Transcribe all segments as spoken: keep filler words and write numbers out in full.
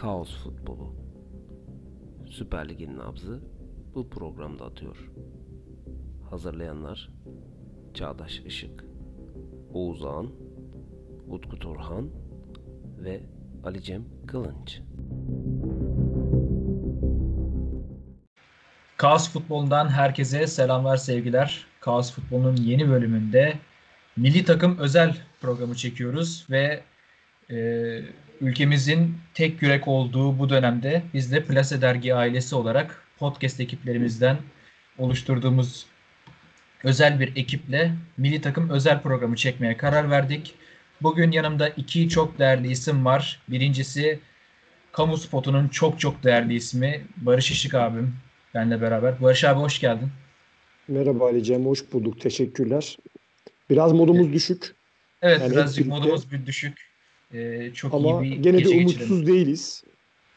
Kaos futbolu. Süper Lig'in nabzı bu programda atıyor. Hazırlayanlar Çağdaş Işık, Oğuz Ağan, Utku Turhan ve Ali Cem Kılınç. Kaos Futbolu'ndan herkese selamlar, sevgiler. Kaos Futbolu'nun yeni bölümünde Milli Takım özel programı çekiyoruz ve e, ülkemizin tek yürek olduğu bu dönemde biz de Plase Dergi ailesi olarak podcast ekiplerimizden oluşturduğumuz özel bir ekiple Milli Takım özel programı çekmeye karar verdik. Bugün yanımda iki çok değerli isim var. Birincisi kamu spotunun çok çok değerli ismi Barış Işık abim. Benle beraber. Barış abi hoş geldin. Merhaba Ali Cem, hoş bulduk. Teşekkürler. Biraz modumuz düşük. Evet, yani birazcık modumuz bir düşük. Ee, çok ama iyi bir gene gece de umutsuz geçirelim. değiliz.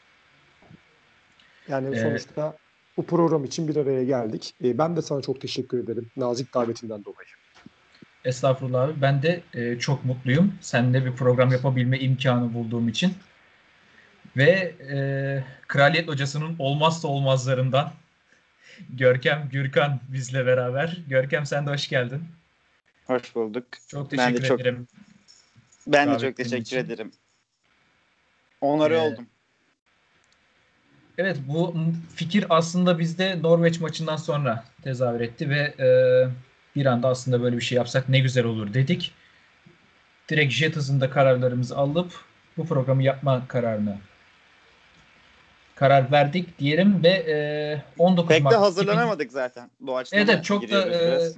Yani Ee, sonuçta bu program için bir araya geldik. Ee, ben de sana çok teşekkür ederim nazik davetinden dolayı. Estağfurullah abi. Ben de e, çok mutluyum. Seninle bir program yapabilme imkanı bulduğum için. Ve e, Kraliyet Hocası'nın olmazsa olmazlarından Görkem Gürkan bizle beraber. Görkem sen de hoş geldin. Hoş bulduk. Çok ben de teşekkür çok ederim. ben de çok davetlerin teşekkür için. ederim. Onarı Ee, oldum. Evet, bu fikir aslında bizde Norveç maçından sonra tezahür etti ve e, bir anda aslında böyle bir şey yapsak ne güzel olur dedik. Direkt jet hızında kararlarımızı alıp bu programı yapma kararına karar verdik diyelim ve e, on dokuz Pek de Mart hazırlanamadık zaten. Doğaçlama Evet, evet, çok da giriyoruz biraz.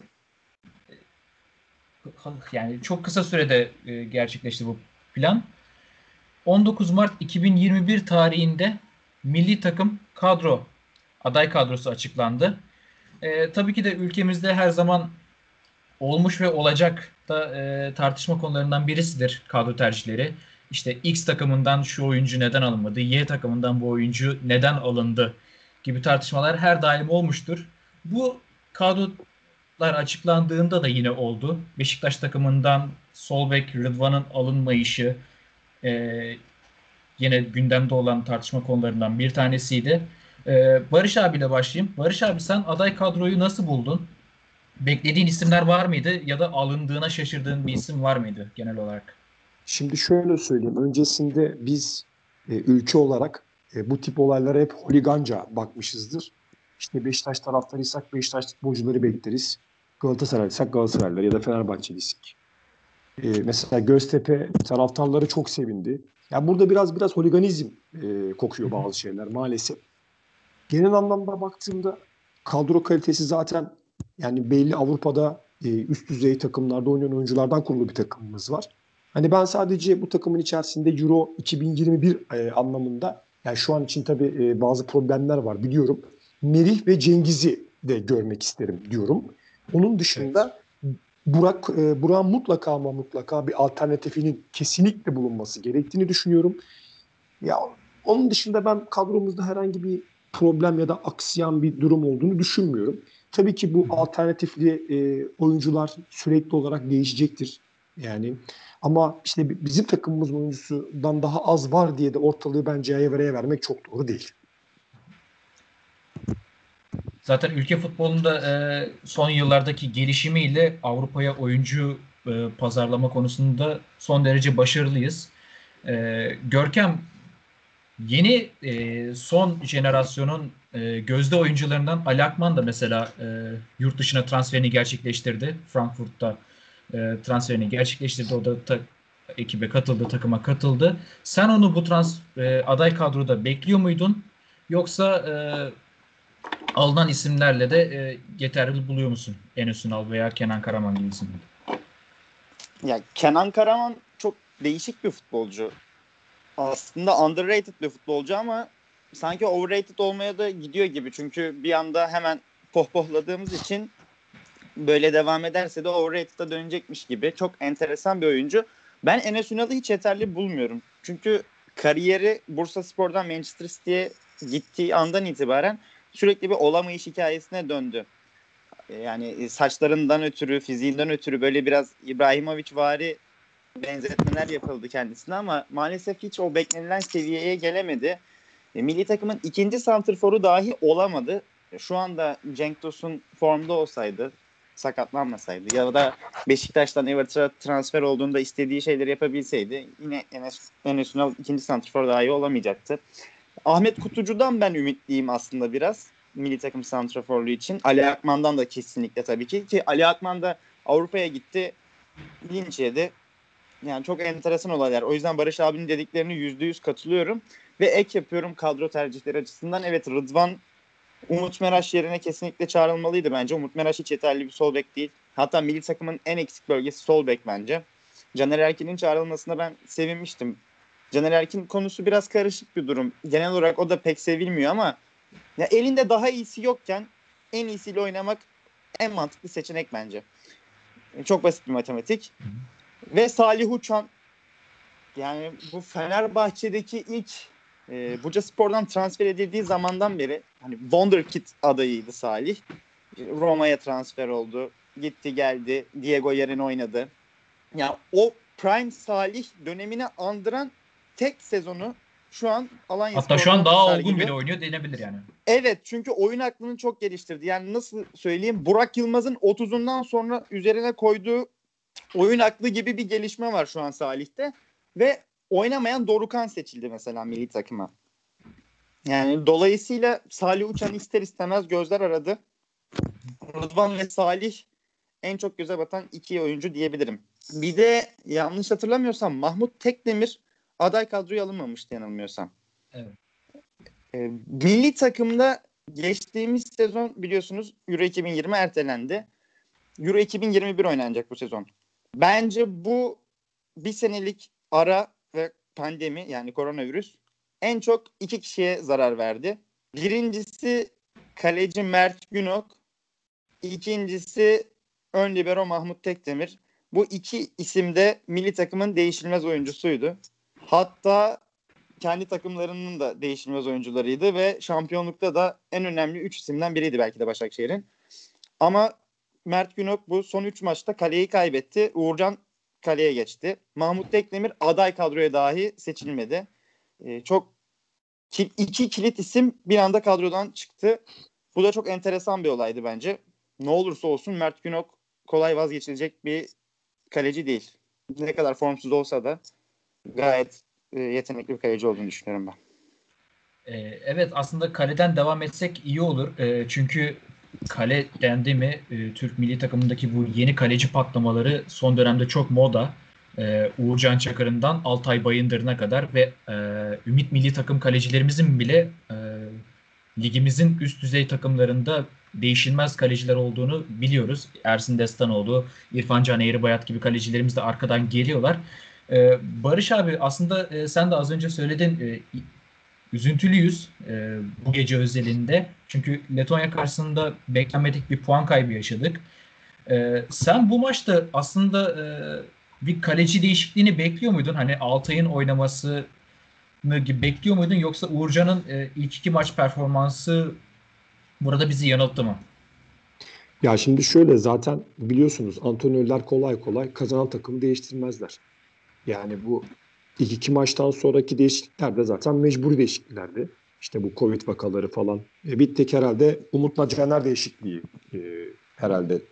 e, yani çok kısa sürede e, gerçekleşti bu plan. on dokuz Mart iki bin yirmi bir tarihinde milli takım kadro aday kadrosu açıklandı. E, tabii ki de ülkemizde her zaman olmuş ve olacak da e, tartışma konularından birisidir kadro tercihleri. İşte X takımından şu oyuncu neden alınmadı, Y takımından bu oyuncu neden alındı gibi tartışmalar her daim olmuştur. Bu kadrolar açıklandığında da yine oldu. Beşiktaş takımından sol bek Rıdvan'ın alınmayışı e, yine gündemde olan tartışma konularından bir tanesiydi. E, Barış abiyle başlayayım. Barış abi, sen aday kadroyu nasıl buldun? Beklediğin isimler var mıydı ya da alındığına şaşırdığın bir isim var mıydı genel olarak? Şimdi şöyle söyleyeyim. Öncesinde biz e, ülke olarak e, bu tip olaylara hep holiganca bakmışızdır. İşte Beşiktaş taraftarıysak Beşiktaş futbolcuları bekleriz. Galatasaraylıysak Galatasaraylılar ya da Fenerbahçeliysek. E, mesela Göztepe taraftarları çok sevindi. Yani burada biraz biraz holiganizm e, kokuyor bazı şeyler maalesef. Genel anlamda baktığımda kadro kalitesi zaten yani belli Avrupa'da e, üst düzey takımlarda oynayan oyunculardan kurulu bir takımımız var. Hani ben sadece bu takımın içerisinde Euro iki bin yirmi bir e, anlamında yani şu an için tabii e, bazı problemler var biliyorum. Merih ve Cengiz'i de görmek isterim diyorum. Onun dışında Burak e, Burak'ın mutlaka ama mutlaka bir alternatifinin kesinlikle bulunması gerektiğini düşünüyorum. Ya onun dışında ben kadromuzda herhangi bir problem ya da aksayan bir durum olduğunu düşünmüyorum. Tabii ki bu alternatifli e, oyuncular sürekli olarak değişecektir. Yani ama işte bizim takımımız oyuncusundan daha az var diye de ortalığı bence yayvereye vermek çok doğru değil. Zaten ülke futbolunda e, son yıllardaki gelişimiyle Avrupa'ya oyuncu e, pazarlama konusunda son derece başarılıyız. E, Görkem, yeni e, son jenerasyonun e, gözde oyuncularından Ali Akman da mesela e, yurt dışına transferini gerçekleştirdi. Frankfurt'ta e, transferini gerçekleştirdi. O da ta, ekibe katıldı, takıma katıldı. Sen onu bu trans e, aday kadroda bekliyor muydun? Yoksa e, alınan isimlerle de e, yeterli buluyor musun? Enes Ünal veya Kenan Karaman gibi isimler. Ya Kenan Karaman çok değişik bir futbolcu. Aslında underrated bir futbolcu ama sanki overrated olmaya da gidiyor gibi. Çünkü bir anda hemen pohpohladığımız için böyle devam ederse de overrated'a dönecekmiş gibi. Çok enteresan bir oyuncu. Ben Enes Ünal'ı hiç yeterli bulmuyorum. Çünkü kariyeri Bursaspor'dan Manchester City'ye gittiği andan itibaren sürekli bir olamayış hikayesine döndü. Yani saçlarından ötürü, fiziğinden ötürü böyle biraz İbrahimovic-vari benzetmeler yapıldı kendisine ama maalesef hiç o beklenilen seviyeye gelemedi. E, milli takımın ikinci santrforu dahi olamadı. E, şu anda Cenk Tosun formda olsaydı, sakatlanmasaydı ya da Beşiktaş'tan Everton'a transfer olduğunda istediği şeyleri yapabilseydi yine Enes, Enes Ünal ikinci santrfor dahi olamayacaktı. Ahmet Kutucu'dan ben ümitliyim aslında biraz milli takım santraforluğu için. Ali Akman'dan da kesinlikle tabii ki. Ki Ali Akman da Avrupa'ya gitti, linç yedi. Yani çok enteresan olaylar. O yüzden Barış abinin dediklerine yüzde yüz katılıyorum. Ve ek yapıyorum kadro tercihleri açısından. Evet, Rıdvan Umut Meraş yerine kesinlikle çağrılmalıydı bence. Umut Meraş hiç yeterli bir sol bek değil. Hatta milli takımın en eksik bölgesi sol bek bence. Caner Erkin'in çağrılmasına ben sevinmiştim. Caner Erkin konusu biraz karışık bir durum. Genel olarak o da pek sevilmiyor ama ya elinde daha iyisi yokken en iyisiyle oynamak en mantıklı seçenek bence. Çok basit bir matematik. Ve Salih Uçan, yani bu Fenerbahçe'deki ilk e, Bucaspor'dan transfer edildiği zamandan beri hani Wonderkid adayıydı Salih. Roma'ya transfer oldu. Gitti geldi. Diego yerine oynadı. Ya yani o Prime Salih dönemini andıran tek sezonu şu an Alanya Hatta şu an Spor'da daha olgun sergiliyor. bile oynuyor denebilir yani. Evet, çünkü oyun aklını çok geliştirdi. Yani nasıl söyleyeyim, Burak Yılmaz'ın otuzundan sonra üzerine koyduğu oyun aklı gibi bir gelişme var şu an Salih'te. Ve oynamayan Dorukhan seçildi mesela milli takıma. Yani dolayısıyla Salih Uçan ister istemez gözler aradı. Rıdvan ve Salih en çok göze batan iki oyuncu diyebilirim. Bir de yanlış hatırlamıyorsam Mahmut Tekdemir aday kadroya alınmamıştı yanılmıyorsam. Evet. E, milli takımda geçtiğimiz sezon biliyorsunuz Euro iki bin yirmi ertelendi. Euro iki bin yirmi bir oynanacak bu sezon. Bence bu bir senelik ara ve pandemi, yani koronavirüs en çok iki kişiye zarar verdi. Birincisi kaleci Mert Günok. İkincisi ön libero Mahmut Tekdemir. Bu iki isim de milli takımın değişilmez oyuncusuydu. Hatta kendi takımlarının da değişilmez oyuncularıydı ve şampiyonlukta da en önemli üç isimden biriydi belki de Başakşehir'in. Ama Mert Günok bu son üç maçta kaleyi kaybetti. Uğurcan kaleye geçti. Mahmut Tekdemir aday kadroya dahi seçilmedi. Ee, çok ki, iki kilit isim bir anda kadrodan çıktı. Bu da çok enteresan bir olaydı bence. Ne olursa olsun Mert Günok kolay vazgeçilecek bir kaleci değil. Ne kadar formsuz olsa da gayet e, yetenekli bir kaleci olduğunu düşünüyorum ben. Ee, evet, aslında kaleden devam etsek iyi olur. Ee, çünkü kale dendi mi e, Türk milli takımındaki bu yeni kaleci patlamaları son dönemde çok moda. Ee, Uğurcan Çakır'ından Altay Bayındır'ına kadar ve e, Ümit milli takım kalecilerimizin bile e, ligimizin üst düzey takımlarında değişilmez kaleciler olduğunu biliyoruz. Ersin Destanoğlu, İrfan Can Eğribayat gibi kalecilerimiz de arkadan geliyorlar. Ee, Barış abi, aslında e, sen de az önce söyledin, e, üzüntülüyüz e, bu gece özelinde. Çünkü Letonya karşısında beklenmedik bir puan kaybı yaşadık. E, sen bu maçta aslında e, bir kaleci değişikliğini bekliyor muydun? Hani Altay'ın oynamasını gibi bekliyor muydun? Yoksa Uğurcan'ın e, ilk iki maç performansı burada bizi yanılttı mı? Ya şimdi şöyle, zaten biliyorsunuz antrenörler kolay kolay kazanan takımı değiştirmezler. Yani bu ilk iki maçtan sonraki değişiklikler de zaten mecburi değişikliklerdi. İşte bu Covid vakaları falan. E, bir tek herhalde Umut'la Caner değişikliği e, herhalde.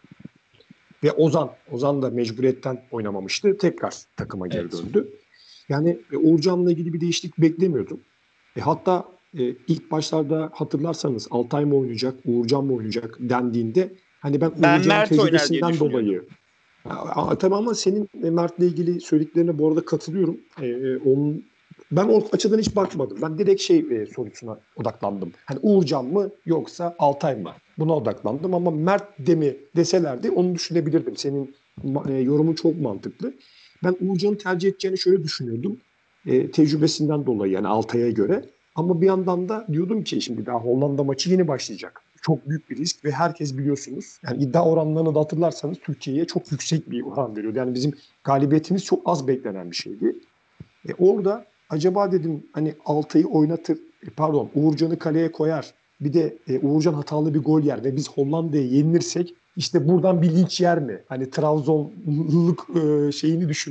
Ve Ozan, Ozan da mecburiyetten oynamamıştı. Tekrar takıma geri Evet. döndü. Yani e, Uğurcan'la ilgili bir değişiklik beklemiyordum. E, hatta e, ilk başlarda hatırlarsanız Altay mı oynayacak, Uğurcan mı oynayacak dendiğinde hani ben, Ben Uğurcan'ın Mert oynar diye tecrübesinden düşünüyordum. dolayı. Ya, tamam, ama senin e, Mert'le ilgili söylediklerine bu arada katılıyorum. E, onun, ben o açıdan hiç bakmadım. Ben direkt şey e, sorusuna odaklandım. Hani Uğurcan mı yoksa Altay mı? Buna odaklandım ama Mert de mi deselerdi onu düşünebilirdim. Senin e, yorumun çok mantıklı. Ben Uğurcan'ı tercih edeceğini şöyle düşünüyordum. E, tecrübesinden dolayı, yani Altay'a göre. Ama bir yandan da diyordum ki şimdi daha Hollanda maçı yeni başlayacak. Çok büyük bir risk ve herkes biliyorsunuz. Yani iddia oranlarını da hatırlarsanız Türkiye'ye çok yüksek bir oran veriyordu. Yani bizim galibiyetimiz çok az beklenen bir şeydi. E orada acaba dedim hani Altay'ı oynatır, e pardon Uğurcan'ı kaleye koyar. Bir de e, Uğurcan hatalı bir gol yer ve biz Hollanda'ya yenilirsek işte buradan bir linç yer mi? Hani Trabzonluluk e, şeyini düşündüm.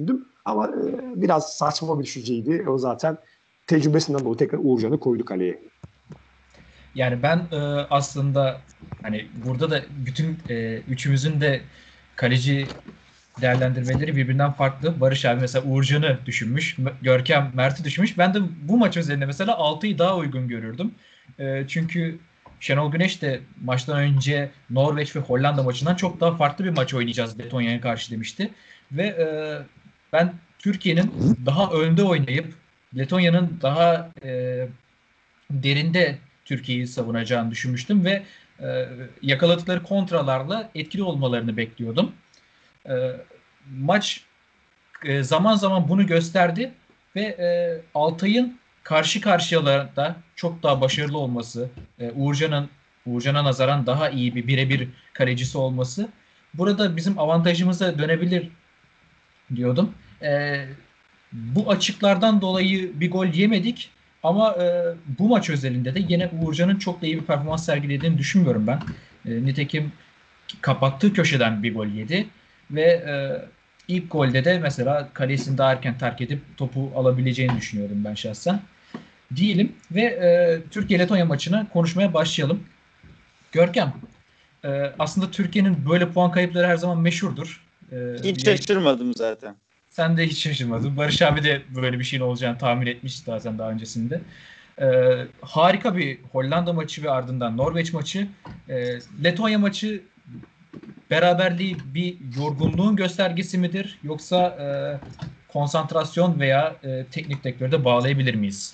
Ama e, biraz saçma bir düşünceydi. O zaten tecrübesinden dolayı tekrar Uğurcan'ı koydu kaleye. Yani ben e, aslında hani burada da bütün e, üçümüzün de kaleci değerlendirmeleri birbirinden farklı. Barış abi mesela Uğurcan'ı düşünmüş. Görkem Mert'i düşünmüş. Ben de bu maç üzerinde mesela altıyı daha uygun görürdüm. E, çünkü Şenol Güneş de maçtan önce Norveç ve Hollanda maçından çok daha farklı bir maç oynayacağız Letonya'ya karşı demişti. Ve e, ben Türkiye'nin daha önde oynayıp Letonya'nın daha e, derinde Türkiye'yi savunacağını düşünmüştüm ve e, yakaladıkları kontralarla etkili olmalarını bekliyordum. E, maç e, zaman zaman bunu gösterdi ve e, Altay'ın karşı karşıyalarda çok daha başarılı olması, e, Uğurcan'ın Uğurcan'a nazaran daha iyi bir birebir kalecisi olması burada bizim avantajımıza dönebilir diyordum. E, bu açıklardan dolayı bir gol yemedik ama e, bu maç özelinde de yine Uğurcan'ın çok da iyi bir performans sergilediğini düşünmüyorum ben. E, nitekim kapattığı köşeden bir gol yedi ve e, ilk golde de mesela kalesini daha erken terk edip topu alabileceğini düşünüyorum ben şahsen. Diyelim ve e, Türkiye-Letonya maçına konuşmaya başlayalım. Görkem, e, aslında Türkiye'nin böyle puan kayıpları her zaman meşhurdur. E, Hiç şaşırmadım zaten. Sen de hiç şaşırmadın. Barış abi de böyle bir şeyin olacağını tahmin etmişti zaten daha öncesinde. Ee, harika bir Hollanda maçı ve ardından Norveç maçı. Ee, Letonya maçı beraberliği bir yorgunluğun göstergesi midir? Yoksa e, konsantrasyon veya e, teknik direktörü de bağlayabilir miyiz?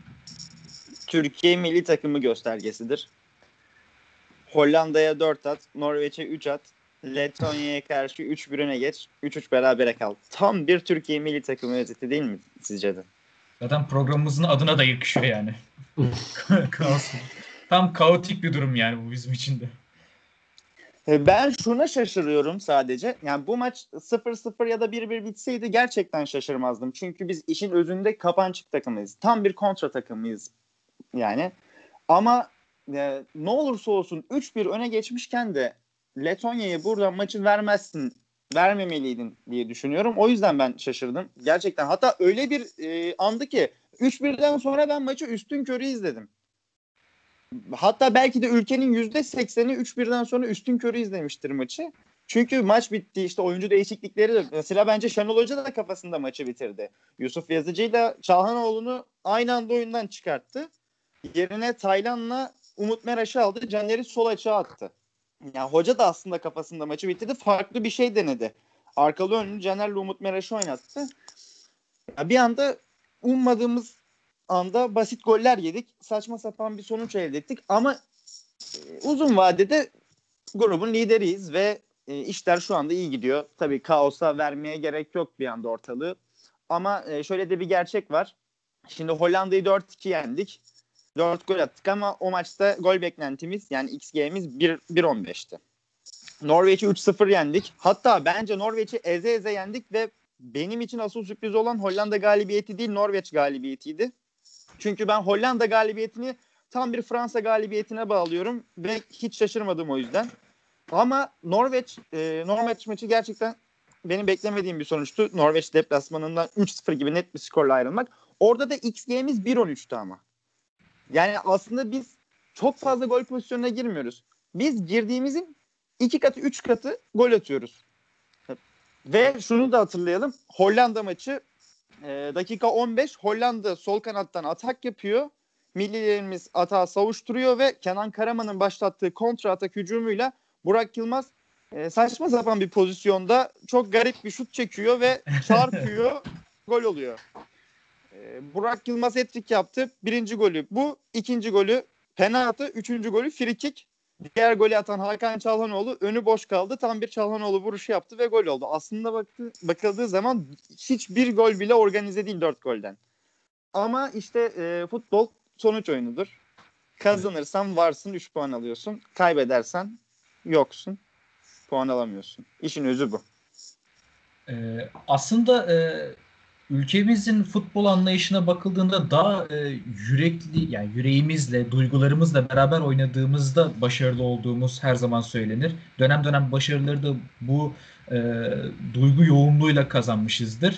Türkiye milli takımı göstergesidir. Hollanda'ya dört at, Norveç'e üç at, Letonya'ya karşı üç bir öne geç, üç üç berabere kal. Tam bir Türkiye milli takımı özeti değil mi sizce de? Zaten programımızın adına da yakışıyor yani. Kaos. Tam kaotik bir durum yani bu bizim için de. Ben şuna şaşırıyorum sadece. Yani bu maç sıfır sıfır ya da bir bir bitseydi gerçekten şaşırmazdım. Çünkü biz işin özünde kapançık takımıyız. Tam bir kontra takımıyız yani. Ama e, ne olursa olsun üç bir öne geçmişken de Letonya'ya buradan maçı vermezsin, vermemeliydin diye düşünüyorum. O yüzden ben şaşırdım. Gerçekten hatta öyle bir e, andı ki üç birden sonra ben maçı üstünkörü izledim. Hatta belki de ülkenin yüzde sekseni üç birden sonra üstünkörü izlemiştir maçı. Çünkü maç bitti, işte oyuncu değişiklikleri de mesela bence Şenol Hoca da kafasında maçı bitirdi. Yusuf Yazıcı ile Çalhanoğlu'nu aynı anda oyundan çıkarttı. Yerine Taylan'la Umut Meraş'ı aldı. Caner'i sol açığa attı. Yani hoca da aslında kafasında maçı bitirdi. Farklı bir şey denedi. Arkalı önlü Caner'le Umut Meraş'ı oynattı. Ya bir anda ummadığımız anda basit goller yedik. Saçma sapan bir sonuç elde ettik. Ama e, uzun vadede grubun lideriyiz ve e, işler şu anda iyi gidiyor. Tabii kaosa vermeye gerek yok bir anda ortalığı. Ama e, şöyle de bir gerçek var. Şimdi Hollanda'yı dört iki yendik. dört gol attık ama o maçta gol beklentimiz yani X G'miz bir on beşti. Norveç'i üç sıfır yendik. Hatta bence Norveç'i eze eze yendik ve benim için asıl sürpriz olan Hollanda galibiyeti değil Norveç galibiyetiydi. Çünkü ben Hollanda galibiyetini tam bir Fransa galibiyetine bağlıyorum ve hiç şaşırmadım o yüzden. Ama Norveç e, Norveç maçı gerçekten benim beklemediğim bir sonuçtu. Norveç deplasmanından üç sıfır gibi net bir skorla ayrılmak. Orada da X G'miz bir on üçtü ama. Yani aslında biz çok fazla gol pozisyonuna girmiyoruz. Biz girdiğimizin iki katı, üç katı gol atıyoruz. Ve şunu da hatırlayalım. Hollanda maçı e, dakika on beş Hollanda sol kanattan atak yapıyor. Millilerimiz atağı savuşturuyor ve Kenan Karaman'ın başlattığı kontra atak hücumuyla Burak Yılmaz e, saçma sapan bir pozisyonda çok garip bir şut çekiyor ve çarpıyor, gol oluyor. E, Burak Yılmaz hat-trick yaptı. Birinci golü bu, ikinci golü penaltı, üçüncü golü free kick. Diğer golü atan Hakan Çalhanoğlu önü boş kaldı. Tam bir Çalhanoğlu vuruşu yaptı ve gol oldu. Aslında baktı, bakıldığı zaman hiçbir gol bile organize değil dört golden. Ama işte e, futbol sonuç oyunudur. Kazanırsan varsın üç puan alıyorsun. Kaybedersen yoksun. Puan alamıyorsun. İşin özü bu. Ee, aslında e, ülkemizin futbol anlayışına bakıldığında daha e, yürekli, yani yüreğimizle, duygularımızla beraber oynadığımızda başarılı olduğumuz her zaman söylenir. Dönem dönem başarıları da bu e, duygu yoğunluğuyla kazanmışızdır.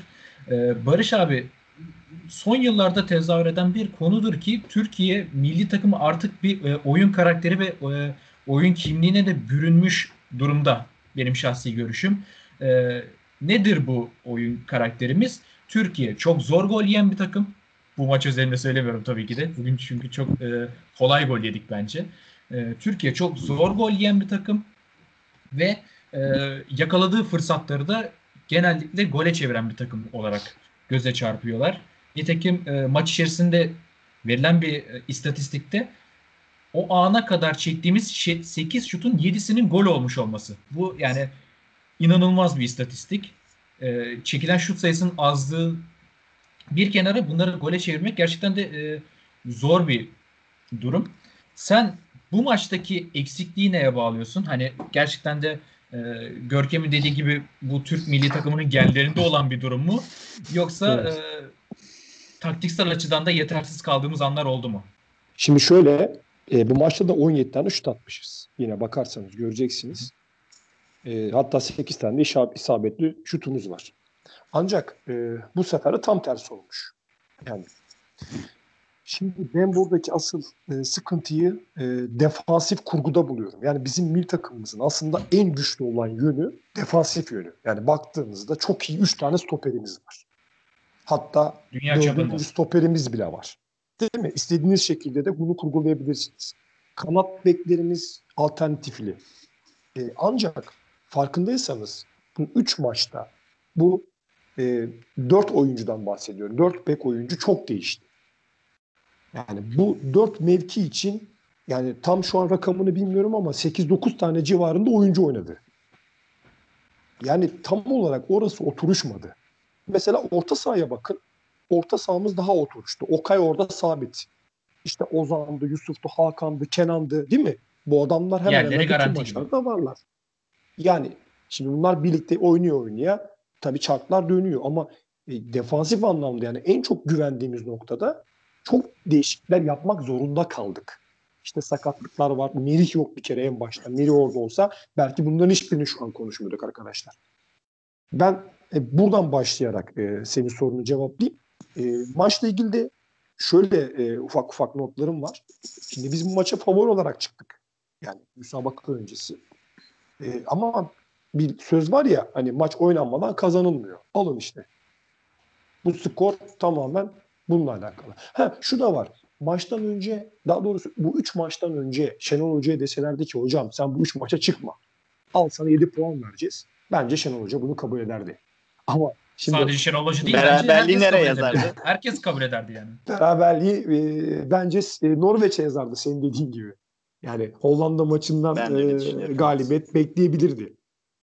Ee, Barış abi, son yıllarda tezahür eden bir konudur ki Türkiye milli takımı artık bir e, oyun karakteri ve e, oyun kimliğine de bürünmüş durumda. Benim şahsi görüşüm. E, Nedir bu oyun karakterimiz? Türkiye çok zor gol yiyen bir takım. Bu maç özelinde söylemiyorum tabii ki de. Bugün çünkü çok e, kolay gol yedik bence. E, Türkiye çok zor gol yiyen bir takım ve e, yakaladığı fırsatları da genellikle gole çeviren bir takım olarak göze çarpıyorlar. Nitekim e, maç içerisinde verilen bir e, istatistikte o ana kadar çektiğimiz sekiz şutun yedisinin gol olmuş olması. Bu yani inanılmaz bir istatistik. E, çekilen şut sayısının azlığı bir kenara, bunları gole çevirmek gerçekten de e, zor bir durum. Sen bu maçtaki eksikliği neye bağlıyorsun? Hani gerçekten de e, Görkem'in dediği gibi bu Türk milli takımının genlerinde olan bir durum mu? Yoksa Evet. e, taktiksel açıdan da yetersiz kaldığımız anlar oldu mu? Şimdi şöyle, e, bu maçta da on yedi tane şut atmışız. Yine bakarsanız göreceksiniz. E, hatta sekiz tane de işab- isabetli şutumuz var. Ancak e, bu sefer de tam tersi olmuş. Yani şimdi ben buradaki asıl e, sıkıntıyı e, defansif kurguda buluyorum. Yani bizim milli takımımızın aslında en güçlü olan yönü defansif yönü. Yani baktığınızda çok iyi üç tane stoperimiz var. Hatta Dünya çapında. dördüncü stoperimiz bile var. Değil mi? İstediğiniz şekilde de bunu kurgulayabilirsiniz. Kanat beklerimiz alternatifli. E, ancak farkındaysanız bu üç maçta bu e, dört oyuncudan bahsediyorum. Dört bek oyuncu çok değişti. Yani bu dört mevki için yani tam şu an rakamını bilmiyorum ama sekiz dokuz tane civarında oyuncu oynadı. Yani tam olarak orası oturuşmadı. Mesela orta sahaya bakın. Orta sahamız daha oturuştu. Okay orada sabit. İşte Ozan'dı, Yusuf'tu, Hakan'dı, Kenan'dı değil mi? Bu adamlar hemen Yerleri hemen bütün garanti gibi. maçlarda varlar. Yani şimdi bunlar birlikte oynuyor oynaya. Tabii çarklar dönüyor ama e, defansif anlamda yani en çok güvendiğimiz noktada çok değişiklikler yapmak zorunda kaldık. İşte sakatlıklar var. Merih yok bir kere en başta. Merih orada olsa belki bunların hiçbirini şu an konuşmuyorduk arkadaşlar. Ben e, buradan başlayarak e, senin sorunu cevaplayayım. E, maçla ilgili de şöyle e, ufak ufak notlarım var. Şimdi biz bu maça favori olarak çıktık. Yani müsabaka öncesi. E, ama bir söz var ya hani maç oynanmadan kazanılmıyor. Alın işte. Bu skor tamamen bununla alakalı. Ha şu da var. Maçtan önce daha doğrusu bu üç maçtan önce Şenol Hoca'ya deselerdi ki hocam sen bu üç maça çıkma. Al sana yedi puan vereceğiz. Bence Şenol Hoca bunu kabul ederdi. Ama şimdi Sadece Şenol Hoca değil, bence Beraberliği herkes nereye kabul ederdi. yazardı? Herkes kabul ederdi yani. beraberliği e, bence e, Norveç'e yazardı senin dediğin gibi. Yani Hollanda maçından Ben de öyle e, düşünüyorum. galibiyet bekleyebilirdi.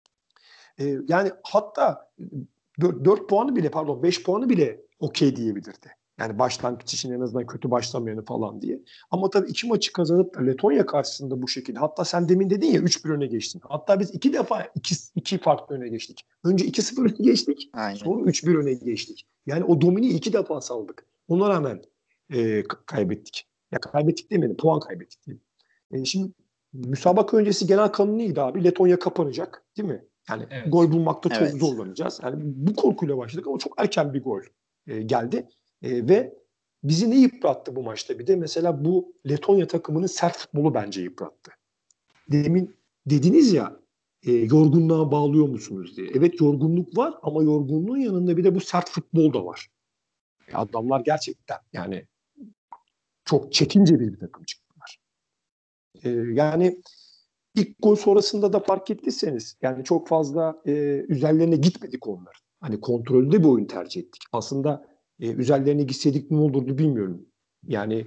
E, yani hatta dört puanı bile pardon beş puanı bile okey diyebilirdi. Yani başlangıç için en azından kötü başlamayanı falan diye. Ama tabii iki maçı kazanıp da Letonya karşısında bu şekilde. Hatta sen demin dedin ya üç bir öne geçtin. Hatta biz iki defa iki, iki farklı öne geçtik. Önce iki sıfır öne geçtik. Aynen. Sonra üç bir öne geçtik. Yani o domini iki defa saldık. Ona rağmen e, kaybettik. Ya kaybettik demedim. Puan kaybettik diyelim. E, şimdi müsabaka öncesi genel kanun neydi abi? Letonya kapanacak. Değil mi? Yani Evet. gol bulmakta çok Evet. zorlanacağız. Yani bu korkuyla başladık ama çok erken bir gol e, geldi. E, ve bizi ne yıprattı bu maçta? Bir de mesela bu Letonya takımının sert futbolu bence yıprattı. Demin dediniz ya e, yorgunluğa bağlıyor musunuz diye. Evet yorgunluk var ama yorgunluğun yanında bir de bu sert futbol da var. E, adamlar gerçekten yani çok çekince bir, bir takım çıktılar. E, yani İlk gol sonrasında da fark ettiyseniz yani çok fazla e, üzerlerine gitmedik onlar. Hani kontrollü bir oyun tercih ettik. Aslında e, üzerlerine gitseydik ne olurdu bilmiyorum. Yani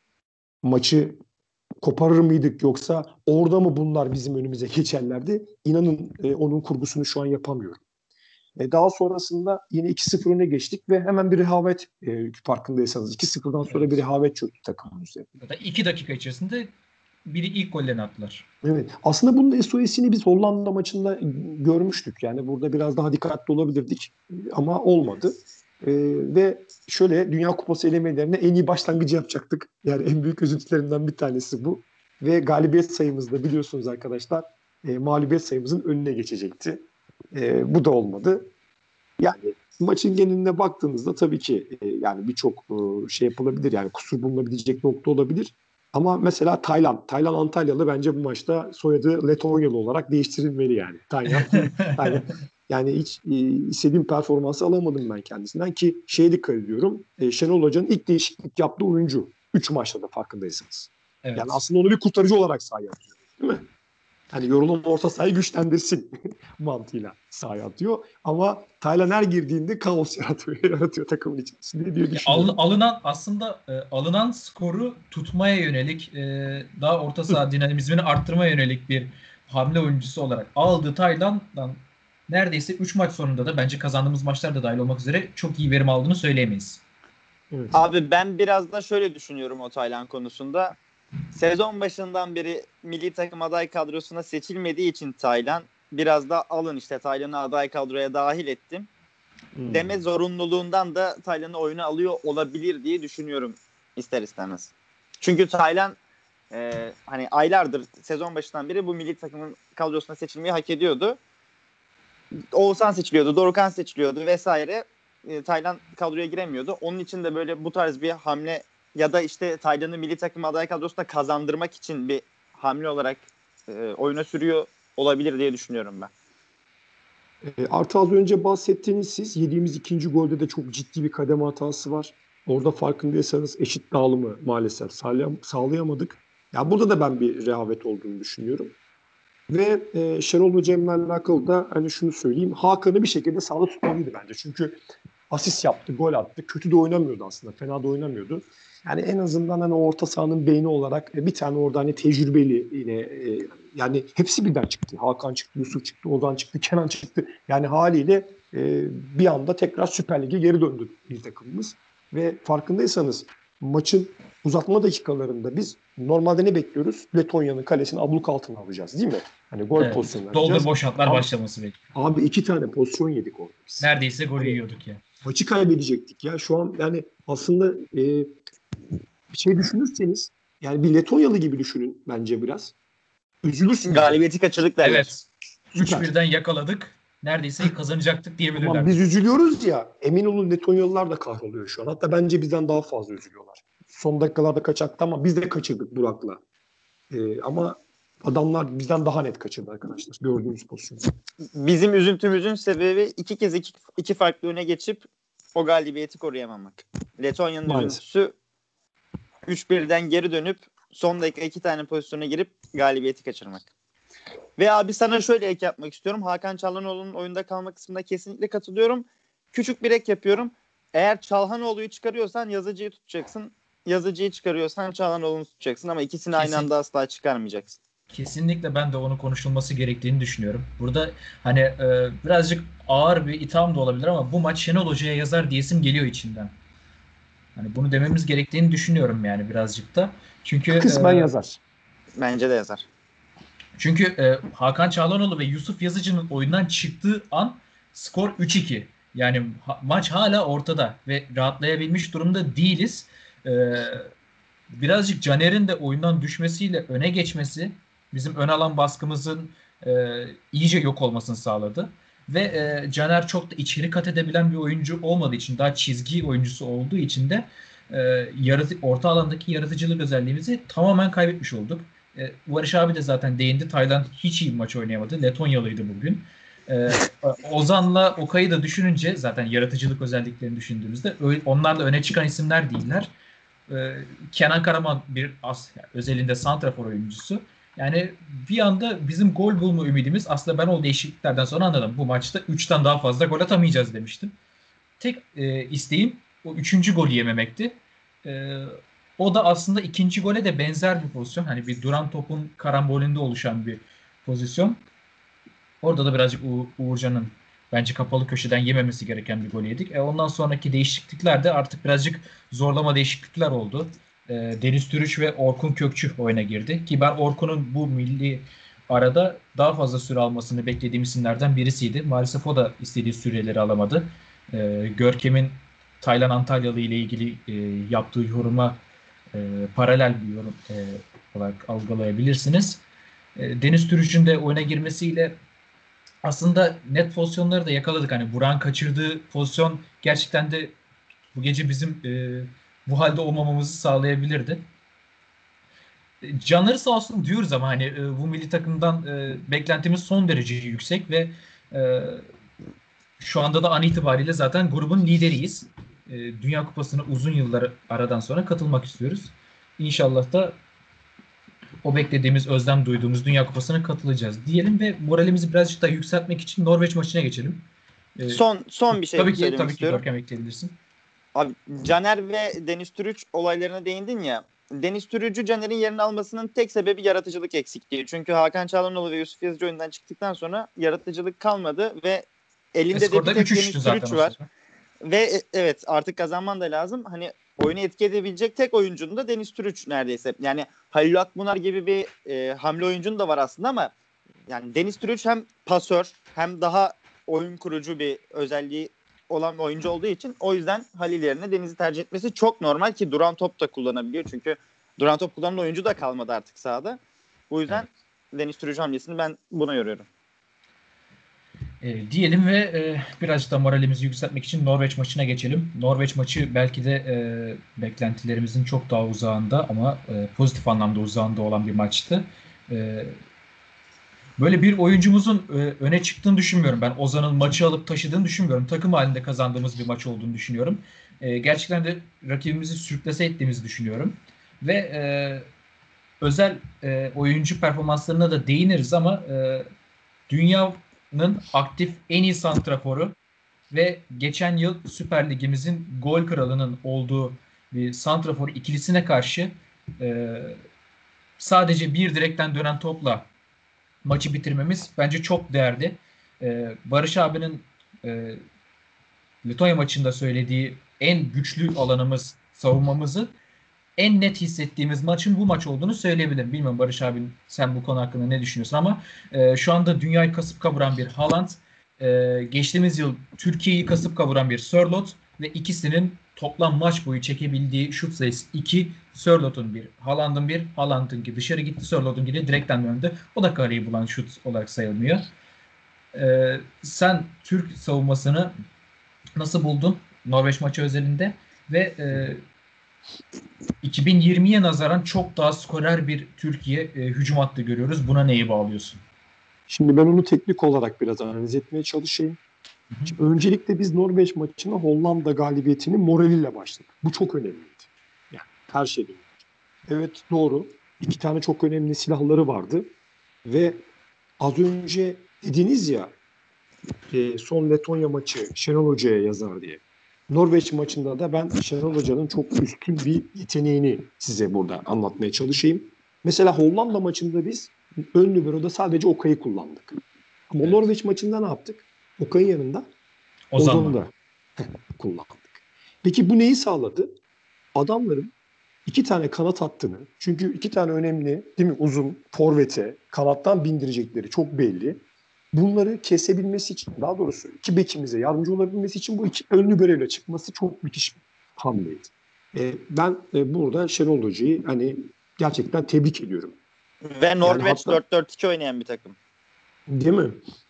maçı koparır mıydık yoksa orada mı bunlar bizim önümüze geçerlerdi? İnanın e, onun kurgusunu şu an yapamıyorum. E, daha sonrasında yine iki sıfır öne geçtik ve hemen bir rehavet e, farkındaysanız iki sıfırdan sonra Evet. bir rehavet çöktü takımın üzerine. Ya da iki dakika içerisinde biri ilk gollerini attılar. Evet. Aslında bunun S O S'ini biz Hollanda maçında görmüştük. Yani burada biraz daha dikkatli olabilirdik. Ama olmadı. Ee, ve şöyle Dünya Kupası elemelerine en iyi başlangıcı yapacaktık. Yani en büyük üzüntülerinden bir tanesi bu. Ve galibiyet sayımızda biliyorsunuz arkadaşlar e, mağlubiyet sayımızın önüne geçecekti. E, bu da olmadı. Yani maçın geneline baktığınızda tabii ki e, yani birçok e, şey yapılabilir, yani kusur bulunabilecek nokta olabilir. Ama mesela Taylan, Taylan Antalyalı bence bu maçta soyadı Letonyalı olarak değiştirilmeli yani. Taylan, Taylan. Yani hiç e, istediğim performansı alamadım ben kendisinden ki şeye dikkat ediyorum. E, Şenol Hoca'nın ilk değişiklik yaptığı oyuncu. Üç maçta da farkındaysanız. Yani Evet. aslında onu bir kurtarıcı olarak sahaya atıyor. Değil mi? Hani yorulan orta sahayı güçlendirsin mantığıyla sahaya atıyor. Ama Taylan her girdiğinde kaos yaratıyor, yaratıyor takımın içerisinde diye Ya, al- düşünüyorum. alınan aslında e, alınan skoru tutmaya yönelik e, daha orta saha dinamizmini arttırmaya yönelik bir hamle oyuncusu olarak aldığı Tayland'dan neredeyse üç maç sonunda da bence kazandığımız maçlar da dahil olmak üzere çok iyi verim aldığını söyleyemeyiz. Evet. Abi ben biraz da şöyle düşünüyorum o Taylan konusunda. Sezon başından beri milli takım aday kadrosuna seçilmediği için Taylan biraz da alın işte Taylan'ı aday kadroya dahil ettim Hmm. deme zorunluluğundan da Taylan'ı oyuna alıyor olabilir diye düşünüyorum ister istemez. Çünkü Taylan e, hani aylardır sezon başından beri bu milli takımın kadrosuna seçilmeyi hak ediyordu. Oğuzhan seçiliyordu, Dorukhan seçiliyordu vesaire. E, Taylan kadroya giremiyordu. Onun için de böyle bu tarz bir hamle ya da işte Taylan'ı milli takım aday kadrosuna kazandırmak için bir hamle olarak e, oyuna sürüyor olabilir diye düşünüyorum ben. E, artı az önce bahsettiğiniz siz yediğimiz ikinci golde de çok ciddi bir kademe hatası var. Orada farkındaysanız eşit dağılımı maalesef sağlayam- sağlayamadık. Ya burada da ben bir rehavet olduğunu düşünüyorum. Ve e, Şenol Hoca'yla alakalı da hani şunu söyleyeyim. Hakan'ı bir şekilde sahada tutmalıydı bence. Çünkü asist yaptı, gol attı. Kötü de oynamıyordu aslında. Fena da oynamıyordu. Yani en azından hani orta sahanın beyni olarak e, bir tane orada hani tecrübeli yine e, yani hepsi birden çıktı. Hakan çıktı, Yusuf çıktı, Ozan çıktı, Kenan çıktı. Yani haliyle e, bir anda tekrar Süper Lig'e geri döndü bir takımımız. Ve farkındaysanız maçın uzatma dakikalarında biz normalde ne bekliyoruz? Letonya'nın kalesini abluk altına alacağız değil mi? Hani gol Evet. pozisyonu Doldur vereceğiz. boşaltlar Abi, başlaması bekliyor. abi iki tane pozisyon yedik orada biz. Neredeyse golü Hani yiyorduk ya. maçı kaybedecektik ya. Şu an yani aslında e, bir şey düşünürseniz yani bir Letonyalı gibi düşünün bence biraz. Üzülürsünüz yani. Galibiyeti kaçırdık derler. Evet. üç Süper. birden yakaladık. Neredeyse kazanacaktık Tamam diyebilirler. biz üzülüyoruz ya. Emin olun Letonyalılar da kahroluyor şu an. Hatta bence bizden daha fazla üzülüyorlar. Son dakikalarda kaçaktı ama biz de kaçırdık Burak'la. E, ama adamlar bizden daha net kaçırdı arkadaşlar. Gördüğünüz pozisyonu. Bizim üzüntümüzün sebebi iki kez iki, iki farklı öne geçip o galibiyeti koruyamamak. Letonya'nın Maalesef. üzüntüsü üç birden geri dönüp son dakika iki tane pozisyona girip galibiyeti kaçırmak. Ve abi sana şöyle ek yapmak istiyorum. Hakan Çalhanoğlu'nun oyunda kalma kısmında kesinlikle katılıyorum. Küçük bir ek yapıyorum. Eğer Çalhanoğlu'yu çıkarıyorsan Yazıcı'yı tutacaksın. Yazıcı'yı çıkarıyorsan Çalhanoğlu'nu tutacaksın ama ikisini aynı Kesin. anda asla çıkarmayacaksın. Kesinlikle ben de onu konuşulması gerektiğini düşünüyorum. Burada hani e, birazcık ağır bir itham da olabilir ama bu maç Şenol Hoca'ya yazar diyesim geliyor içimden. Hani bunu dememiz gerektiğini düşünüyorum yani birazcık da. Çünkü Kısmen e, yazar. Bence de yazar. çünkü e, Hakan Çalhanoğlu ve Yusuf Yazıcı'nın oyundan çıktığı an skor üç iki. Yani ha- maç hala ortada ve rahatlayabilmiş durumda değiliz. E, birazcık Caner'in de oyundan düşmesiyle öne geçmesi bizim ön alan baskımızın e, iyice yok olmasını sağladı. Ve e, Caner çok da içeri kat edebilen bir oyuncu olmadığı için, daha çizgi oyuncusu olduğu için de e, yaratı, orta alandaki yaratıcılık özelliğimizi tamamen kaybetmiş olduk. E, Barış abi de zaten değindi. Tayland hiç iyi bir maç oynayamadı. Letonyalıydı bugün. E, Ozan'la Okay'ı da düşününce zaten yaratıcılık özelliklerini düşündüğümüzde onlar da öne çıkan isimler değiller. Ee, Kenan Karaman bir as, yani özelinde santrafor oyuncusu. Yani bir anda bizim gol bulma ümidimiz aslında ben o değişikliklerden sonra anladım. Bu maçta üçten daha fazla gol atamayacağız demiştim. Tek e, isteğim o üçüncü golü yememekti. E, o da aslında ikinci gole de benzer bir pozisyon. Hani bir duran topun karambolünde oluşan bir pozisyon. Orada da birazcık Uğur, Uğurcan'ın bence kapalı köşeden yememesi gereken bir gol yedik. E, ondan sonraki değişiklikler de artık birazcık zorlama değişiklikler oldu. E, Deniz Türüç ve Orkun Kökçü oyuna girdi. Ki ben Orkun'un bu milli arada daha fazla süre almasını beklediğim isimlerden birisiydi. Maalesef o da istediği süreleri alamadı. E, Görkem'in Taylan Antalyalı ile ilgili e, yaptığı yoruma e, paralel bir yorum e, olarak algılayabilirsiniz. E, Deniz Türüç'ün de oyuna girmesiyle aslında net pozisyonları da yakaladık. Hani Burak'ın kaçırdığı pozisyon gerçekten de bu gece bizim e, bu halde olmamamızı sağlayabilirdi. E, Canları sağ olsun diyoruz ama hani e, bu milli takımdan e, beklentimiz son derece yüksek ve e, şu anda da an itibariyle zaten grubun lideriyiz. E, Dünya Kupası'na uzun yıllar aradan sonra katılmak istiyoruz. İnşallah da o beklediğimiz, özlem duyduğumuz Dünya Kupası'na katılacağız diyelim ve moralimizi birazcık daha yükseltmek için Norveç maçına geçelim. Ee, Son son bir şey tabii ki söylemek tabii ki istiyorum. Görkem ekleyebilirsin. Abi Caner ve Deniz Türüç olaylarına değindin ya. Deniz Türüc'ü Caner'in yerini almasının tek sebebi yaratıcılık eksikliği. Çünkü Hakan Çalhanoğlu ve Yusuf Yazıcı oyundan çıktıktan sonra yaratıcılık kalmadı ve elinde de Skorda bir tek üç üç Deniz zaten Türüç o var. sırada. Ve e, evet artık kazanman da lazım. Hani oyunu etki edebilecek tek oyuncun da Deniz Türüç neredeyse. Yani Halil Akbunar gibi bir e, hamle oyuncun da var aslında ama yani Deniz Türüç hem pasör hem daha oyun kurucu bir özelliği olan bir oyuncu olduğu için o yüzden Halil yerine Deniz'i tercih etmesi çok normal ki duran top da kullanabiliyor. Çünkü duran top kullanan oyuncu da kalmadı artık sahada. Bu yüzden evet. Deniz Türüç hamlesini ben buna yoruyorum. E, diyelim ve e, birazcık da moralimizi yükseltmek için Norveç maçına geçelim. Norveç maçı belki de e, beklentilerimizin çok daha uzağında ama e, pozitif anlamda uzağında olan bir maçtı. E, Böyle bir oyuncumuzun e, öne çıktığını düşünmüyorum. Ben Ozan'ın maçı alıp taşıdığını düşünmüyorum. Takım halinde kazandığımız bir maç olduğunu düşünüyorum. E, gerçekten de rakibimizi sürklase ettiğimizi düşünüyorum. Ve e, özel e, oyuncu performanslarına da değiniriz ama e, dünyanın aktif en iyi santraforu ve geçen yıl Süper Ligimizin gol kralının olduğu bir santrafor ikilisine karşı e, sadece bir direkten dönen topla maçı bitirmemiz bence çok değerli. Ee, Barış abinin e, Letonya maçında söylediği en güçlü alanımız savunmamızı en net hissettiğimiz maçın bu maç olduğunu söyleyebilirim. Bilmiyorum Barış abi sen bu konu hakkında ne düşünüyorsun ama e, şu anda dünyayı kasıp kavuran bir Haaland, e, geçtiğimiz yıl Türkiye'yi kasıp kavuran bir Sörloth ve ikisinin toplam maç boyu çekebildiği şut sayısı iki. Sörloth'un bir, Haaland'ın bir, Haaland'ınki dışarı gitti, Sörloth'unki de direkten döndü. O da kareyi bulan şut olarak sayılmıyor. E, sen Türk savunmasını nasıl buldun Norveç maçı özelinde ve e, iki bin yirmiye nazaran çok daha skorer bir Türkiye e, hücum hattı görüyoruz. Buna neyi bağlıyorsun? Şimdi ben onu teknik olarak biraz analiz etmeye çalışayım. Hı hı. Şimdi öncelikle biz Norveç maçına Hollanda galibiyetinin moraliyle başladık. Bu çok önemliydi. Yani her şeyden önce. Evet doğru. İki tane çok önemli silahları vardı. Ve az önce dediniz ya e, son Letonya maçı Şenol Hoca'ya yazar diye. Norveç maçında da ben Şenol Hoca'nın çok üstün bir yeteneğini size burada anlatmaya çalışayım. Mesela Hollanda maçında biz ön libero'da sadece Okay'ı kullandık. Ama Evet. Norveç maçında ne yaptık? Okay'ın yanında Ozan Ozan'ı da kullandık. Peki bu neyi sağladı? Adamların iki tane kanat hattını, çünkü iki tane önemli değil mi uzun forvete kanattan bindirecekleri çok belli. Bunları kesebilmesi için, daha doğrusu iki bekimize yardımcı olabilmesi için bu iki ön libero'yla çıkması çok müthiş bir hamleydi. E, ben e, burada Şenol Hoca'yı hani gerçekten tebrik ediyorum. Ve Norveç Yani hatta, dört dört iki oynayan bir takım. Değil mi?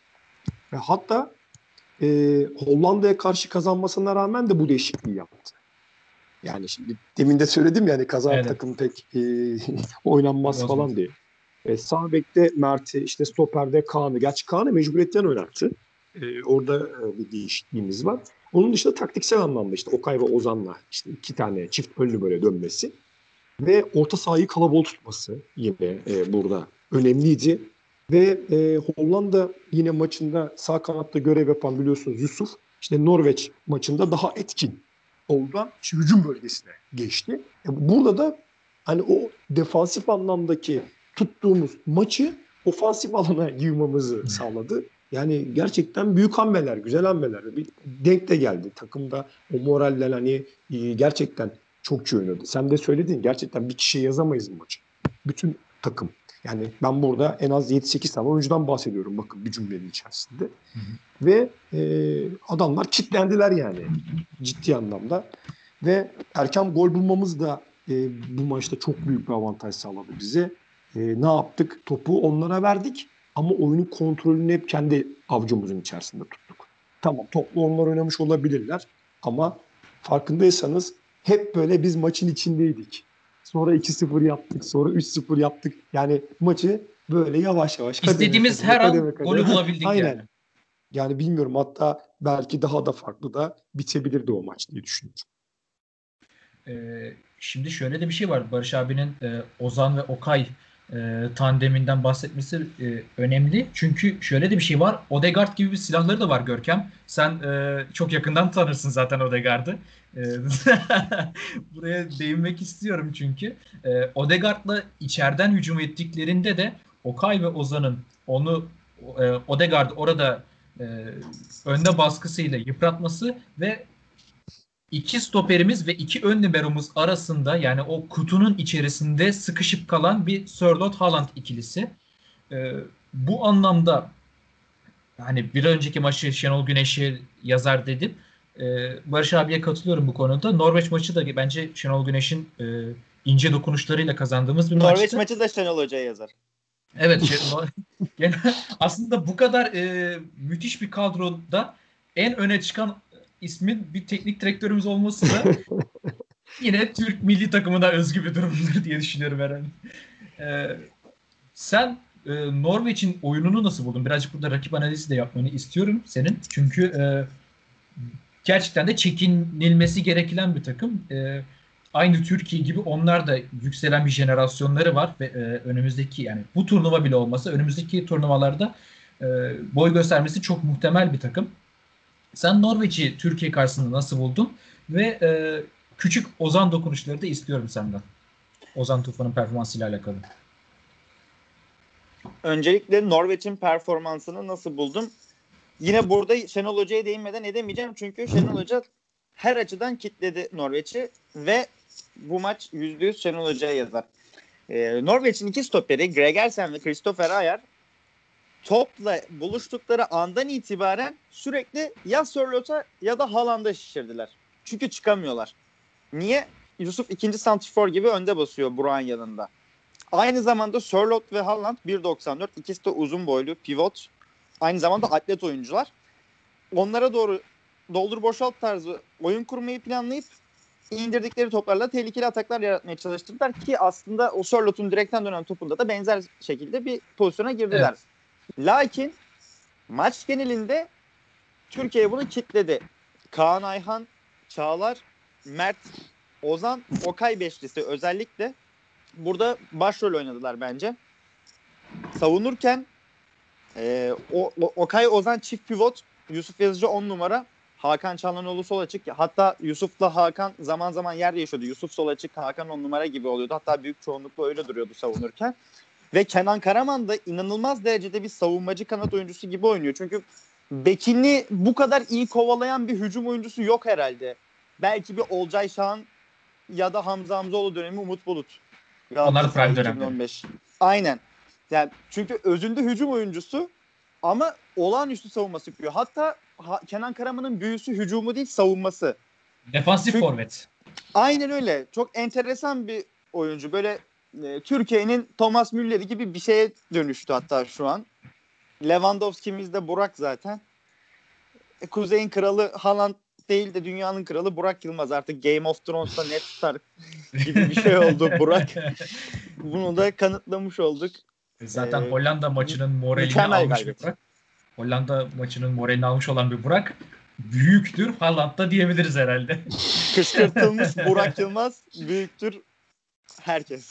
Ve hatta e, Hollanda'ya karşı kazanmasına rağmen de bu değişikliği yaptı. Yani şimdi demin de söyledim yani kazan Evet. takım pek e, oynanmaz Bozmadı. falan diye. E, sağ bekte Mert'i, işte stoperde Kaan'ı. Gerçi Kaan'ı mecburiyetten oynattı. E, orada e, bir değişikliğimiz var. Onun dışında taktiksel anlamda işte Okay ve Ozan'la işte iki tane çift önlü böyle dönmesi ve orta sahayı kalabalık tutması yine e, burada önemliydi. Ve e, Hollanda yine maçında sağ kanatta görev yapan biliyorsunuz Yusuf işte Norveç maçında daha etkin oldu. İşte hücum bölgesine geçti. E, burada da hani o defansif anlamdaki tuttuğumuz maçı ofansif alana yığmamızı sağladı. Yani gerçekten büyük hamleler, güzel hamleler. Bir denk de geldi. Takımda o moraller hani e, gerçekten çok iyi oynadı. Sen de söyledin gerçekten bir kişiye yazamayız bu maçı. Bütün takım. Yani ben burada en az yedi sekiz tane oyuncudan bahsediyorum bakın bir cümlenin içerisinde. Hı hı. Ve e, adamlar kilitlendiler yani ciddi anlamda. Ve erken gol bulmamız da e, bu maçta çok büyük bir avantaj sağladı bize. E, ne yaptık? Topu onlara verdik. Ama oyunun kontrolünü hep kendi avcumuzun içerisinde tuttuk. Tamam, toplu onlar oynamış olabilirler ama farkındaysanız hep böyle biz maçın içindeydik. Sonra iki sıfır yaptık, sonra üç sıfır yaptık. Yani maçı böyle yavaş yavaş kademe İstediğimiz kademe her an kademe kademe. golü bulabildik Aynen. yani. Yani bilmiyorum, hatta belki daha da farklı da bitebilirdi o maç diye düşünüyorum. Ee, şimdi şöyle de bir şey var. Barış abinin e, Ozan ve Okay e, tandeminden bahsetmesi e, önemli. Çünkü şöyle de bir şey var. Odegaard gibi bir silahları da var Görkem. Sen e, çok yakından tanırsın zaten Odegaard'ı. E, buraya değinmek istiyorum çünkü. E, Odegaard'la içeriden hücum ettiklerinde de Okay ve Ozan'ın onu e, Odegaard orada e, önde baskısıyla yıpratması ve İki stoperimiz ve iki ön liberomuz arasında, yani o kutunun içerisinde sıkışıp kalan bir Sörloth-Haaland ikilisi. Ee, bu anlamda hani bir önceki maçı Şenol Güneş'e yazar dedim. Ee, Barış abiye katılıyorum bu konuda. Norveç maçı da bence Şenol Güneş'in e, ince dokunuşlarıyla kazandığımız bir Norveç maçtı. maçı da Şenol Hoca'ya yazar. Evet, şey, gene aslında bu kadar e, müthiş bir kadroda en öne çıkan ismin bir teknik direktörümüz olması da yine Türk milli takımına özgü bir durumdur diye düşünüyorum herhalde. Ee, sen e, Norveç'in oyununu nasıl buldun? Birazcık burada rakip analizi de yapmanı istiyorum senin. Çünkü e, gerçekten de çekinilmesi gereken bir takım. E, aynı Türkiye gibi onlar da yükselen bir jenerasyonları var ve e, önümüzdeki, yani bu turnuva bile olmasa önümüzdeki turnuvalarda e, boy göstermesi çok muhtemel bir takım. Sen Norveç'i Türkiye karşısında nasıl buldun? Ve e, küçük Ozan dokunuşları da istiyorum senden. Ozan Tufan'ın performansıyla alakalı. Öncelikle Norveç'in performansını nasıl buldum? Yine burada Şenol Hoca'ya değinmeden edemeyeceğim. Çünkü Şenol Hoca her açıdan kitledi Norveç'i ve bu maç yüzde yüz Şenol Hoca'ya yazar. Ee, Norveç'in iki stoperi Gregersen ve Kristoffer Ayer topla buluştukları andan itibaren sürekli ya Sörloth'a ya da Haaland'a şişirdiler. Çünkü çıkamıyorlar. Niye? Yusuf ikinci santrfor gibi önde basıyor Burak'ın yanında. Aynı zamanda Sörloth ve Haaland bir doksan dört. İkisi de uzun boylu, pivot. Aynı zamanda atlet oyuncular. Onlara doğru doldur boşalt tarzı oyun kurmayı planlayıp indirdikleri toplarla tehlikeli ataklar yaratmaya çalıştırdılar ki aslında o Sörloth'un direkten dönen topunda da benzer şekilde bir pozisyona girdiler. Evet. Lakin maç genelinde Türkiye bunu kitledi. Kaan Ayhan, Çağlar, Mert, Ozan, Okay beşlisi özellikle burada başrol oynadılar bence. Savunurken e, o, o, Okay Ozan çift pivot, Yusuf Yazıcı on numara, Hakan Çalhanoğlu sol açık. Hatta Yusuf'la Hakan zaman zaman yer değişiyordu. Yusuf sol açık, Hakan on numara gibi oluyordu. Hatta büyük çoğunlukla öyle duruyordu savunurken. Ve Kenan Karaman da inanılmaz derecede bir savunmacı kanat oyuncusu gibi oynuyor. Çünkü bekini bu kadar iyi kovalayan bir hücum oyuncusu yok herhalde. Belki bir Olcay Şahan ya da Hamza Hamzoğlu dönemi Umut Bulut. Onlar prime dönemde. Aynen. Yani çünkü özünde hücum oyuncusu ama olağanüstü savunması yapıyor. Hatta ha, Kenan Karaman'ın büyüsü hücumu değil, savunması. Defansif çünkü, forvet. Aynen öyle. Çok enteresan bir oyuncu. Böyle e, Türkiye'nin Thomas Müller'i gibi bir şeye dönüştü hatta şu an. Lewandowski'miz de Burak zaten. E, Kuzey'in kralı Haaland değil de dünyanın kralı Burak Yılmaz. Artık Game of Thrones'ta net tutar gibi bir şey oldu Burak. Bunu da kanıtlamış olduk. Zaten ee, Hollanda maçının moralini almış gayret. Bir Burak. Hollanda maçının moralini almış olan bir Burak büyüktür Haaland'da diyebiliriz herhalde. Kışkırtılmış Burak Yılmaz büyüktür herkes.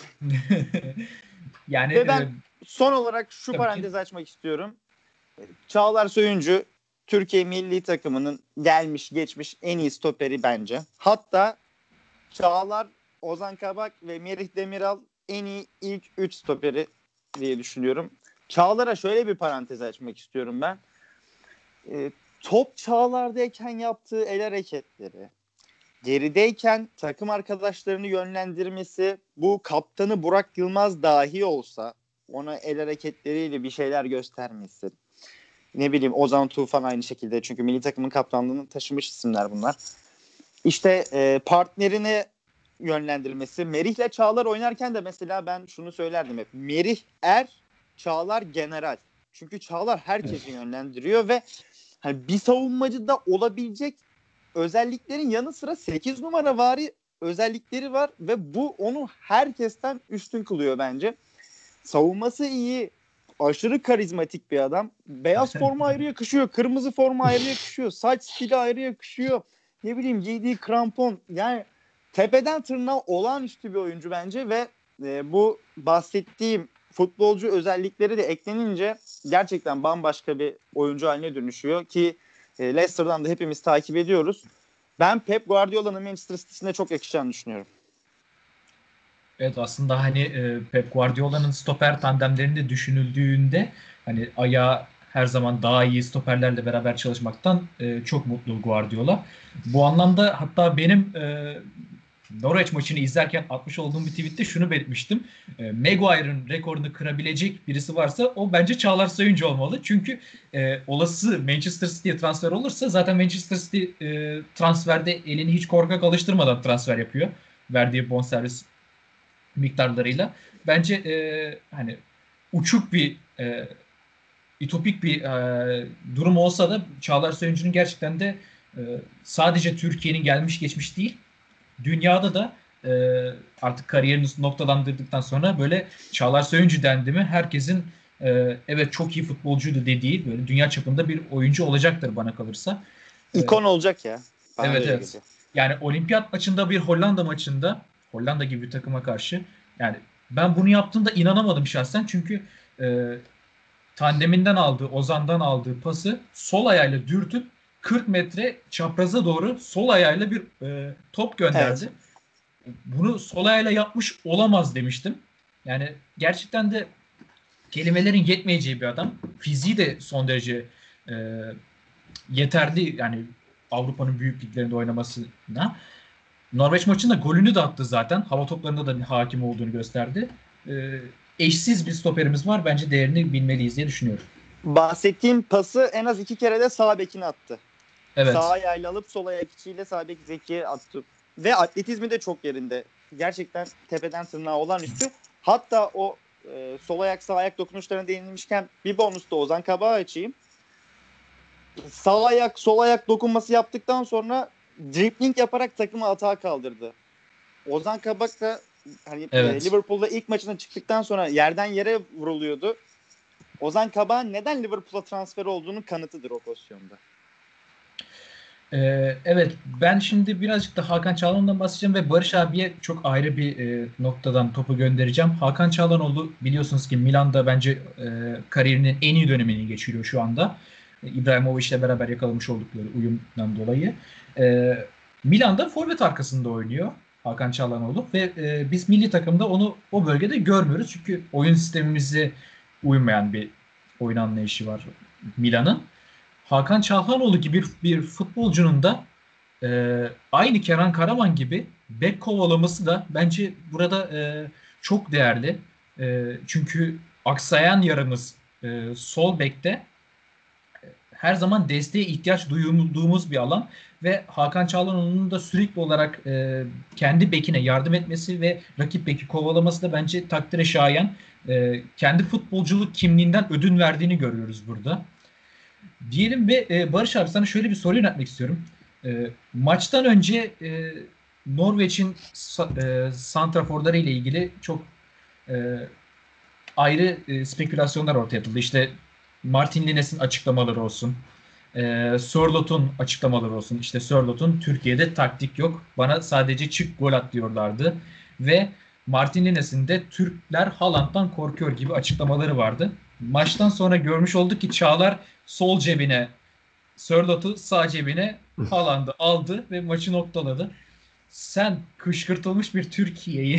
Yani ve ben e, son olarak şu parantezi ki açmak istiyorum. Çağlar Söyüncü Türkiye milli takımının gelmiş geçmiş en iyi stoperi bence. Hatta Çağlar, Ozan Kabak ve Merih Demiral en iyi ilk üç stoperi diye düşünüyorum. Çağlar'a şöyle bir parantez açmak istiyorum ben. E, top Çağlar'dayken yaptığı el hareketleri, gerideyken takım arkadaşlarını yönlendirmesi, bu kaptanı Burak Yılmaz dahi olsa ona el hareketleriyle bir şeyler göstermesi. Ne bileyim Ozan Tufan aynı şekilde, çünkü milli takımın kaptanlığını taşımış isimler bunlar. İşte e, partnerini yönlendirmesi. Merih'le Çağlar oynarken de mesela ben şunu söylerdim hep. Merih er, Çağlar general. Çünkü Çağlar herkesi yönlendiriyor ve hani bir savunmacıda olabilecek özelliklerin yanı sıra sekiz numara vari özellikleri var ve bu onu herkesten üstün kılıyor bence. Savunması iyi, aşırı karizmatik bir adam. Beyaz forma ayrı yakışıyor, kırmızı forma ayrı yakışıyor, saç stili ayrı yakışıyor. Ne bileyim giydiği krampon. Yani tepeden tırnağa olağanüstü bir oyuncu bence ve e, bu bahsettiğim futbolcu özellikleri de eklenince gerçekten bambaşka bir oyuncu haline dönüşüyor ki e, Leicester'dan da hepimiz takip ediyoruz. Ben Pep Guardiola'nın Manchester City'sine çok yakışacağını düşünüyorum. Evet, aslında hani e, Pep Guardiola'nın stoper tandemlerinde düşünüldüğünde hani ayağı her zaman daha iyi stoperlerle beraber çalışmaktan e, çok mutlu Guardiola. Bu anlamda hatta benim e, Norwich maçını izlerken atmış olduğum bir tweette şunu belirtmiştim. E, Maguire'ın rekorunu kırabilecek birisi varsa o bence Çağlar Sayıncı olmalı. Çünkü e, olası Manchester City'ye transfer olursa zaten Manchester City e, transferde elini hiç korkak alıştırmadan transfer yapıyor. Verdiği bonservis miktarlarıyla. Bence e, hani uçuk bir e, ütopik bir e, durum olsa da Çağlar Söyüncü'nün gerçekten de e, sadece Türkiye'nin gelmiş geçmiş değil, dünyada da e, artık kariyerini noktalandırdıktan sonra böyle Çağlar Söyüncü dendi mi herkesin e, evet çok iyi futbolcuydu dediği böyle dünya çapında bir oyuncu olacaktır bana kalırsa. İkon e, olacak ya. Bana evet evet. Gibi. Yani olimpiyat maçında bir Hollanda maçında Hollanda gibi bir takıma karşı yani ben bunu yaptığımda inanamadım şahsen çünkü e, tandeminden aldığı, Ozan'dan aldığı pası sol ayağıyla dürtüp kırk metre çapraza doğru sol ayağıyla bir e, top gönderdi. Evet. Bunu sol ayağıyla yapmış olamaz demiştim. Yani gerçekten de kelimelerin yetmeyeceği bir adam. Fiziği de son derece e, yeterli yani Avrupa'nın büyük liglerinde oynamasına. Norveç maçında golünü de attı zaten. Hava toplarında da hakim olduğunu gösterdi. Ee, eşsiz bir stoperimiz var. Bence değerini bilmeliyiz diye düşünüyorum. Bahsettiğim pası en az iki kere de sağ bekine attı. Evet. Sağ ayağıyla alıp sol ayak içiyle sağ bek Zeki'ye attı. Ve atletizmi de çok yerinde. Gerçekten tepeden tırnağa olan üstü. Hatta o e, sol ayak sağ ayak dokunuşlarına değinilmişken bir bonus da Ozan Kabak'a açayım. Sağ ayak sol ayak dokunması yaptıktan sonra dribbling yaparak takımı atağa kaldırdı. Ozan Kabak da hani evet. e, Liverpool'da ilk maçına çıktıktan sonra yerden yere vuruluyordu. Ozan Kabak'ın neden Liverpool'a transfer olduğunun kanıtıdır o pozisyonda. Ee, evet, ben şimdi birazcık da Hakan Çalhanoğlu'ndan bahsedeceğim ve Barış abiye çok ayrı bir e, noktadan topu göndereceğim. Hakan Çalhanoğlu biliyorsunuz ki Milan'da bence e, kariyerinin en iyi dönemini geçiriyor şu anda. İbrahimovic'le beraber yakalamış oldukları uyumdan dolayı. E, Milan'da forvet arkasında oynuyor Hakan Çalhanoğlu ve e, biz milli takımda onu o bölgede görmüyoruz. Çünkü oyun sistemimize uymayan bir oyun anlayışı var Milan'ın. Hakan Çalhanoğlu gibi bir, bir futbolcunun da e, aynı Kenan Karaman gibi bek kovalaması da bence burada e, çok değerli. E, çünkü aksayan yarımız e, sol bekte her zaman desteğe ihtiyaç duyduğumuz bir alan ve Hakan Çalhanoğlu'nun da sürekli olarak e, kendi bekine yardım etmesi ve rakip beki kovalaması da bence takdire şayan. E, kendi futbolculuk kimliğinden ödün verdiğini görüyoruz burada. Diyelim ve e, Barış abi sana şöyle bir soru yöneltmek istiyorum. E, maçtan önce e, Norveç'in e, santraforları ile ilgili çok e, ayrı e, spekülasyonlar ortaya atıldı. İşte Martin Lines'in açıklamaları olsun. E, Sörlot'un açıklamaları olsun. İşte Sörlot'un Türkiye'de taktik yok. Bana sadece çık gol at diyorlardı. Ve Martin Lines'in de Türkler Haaland'dan korkuyor gibi açıklamaları vardı. Maçtan sonra görmüş olduk ki Çağlar sol cebine Sörlot'u sağ cebine Haaland'ı aldı ve maçı noktaladı. Sen kışkırtılmış bir Türkiye'yi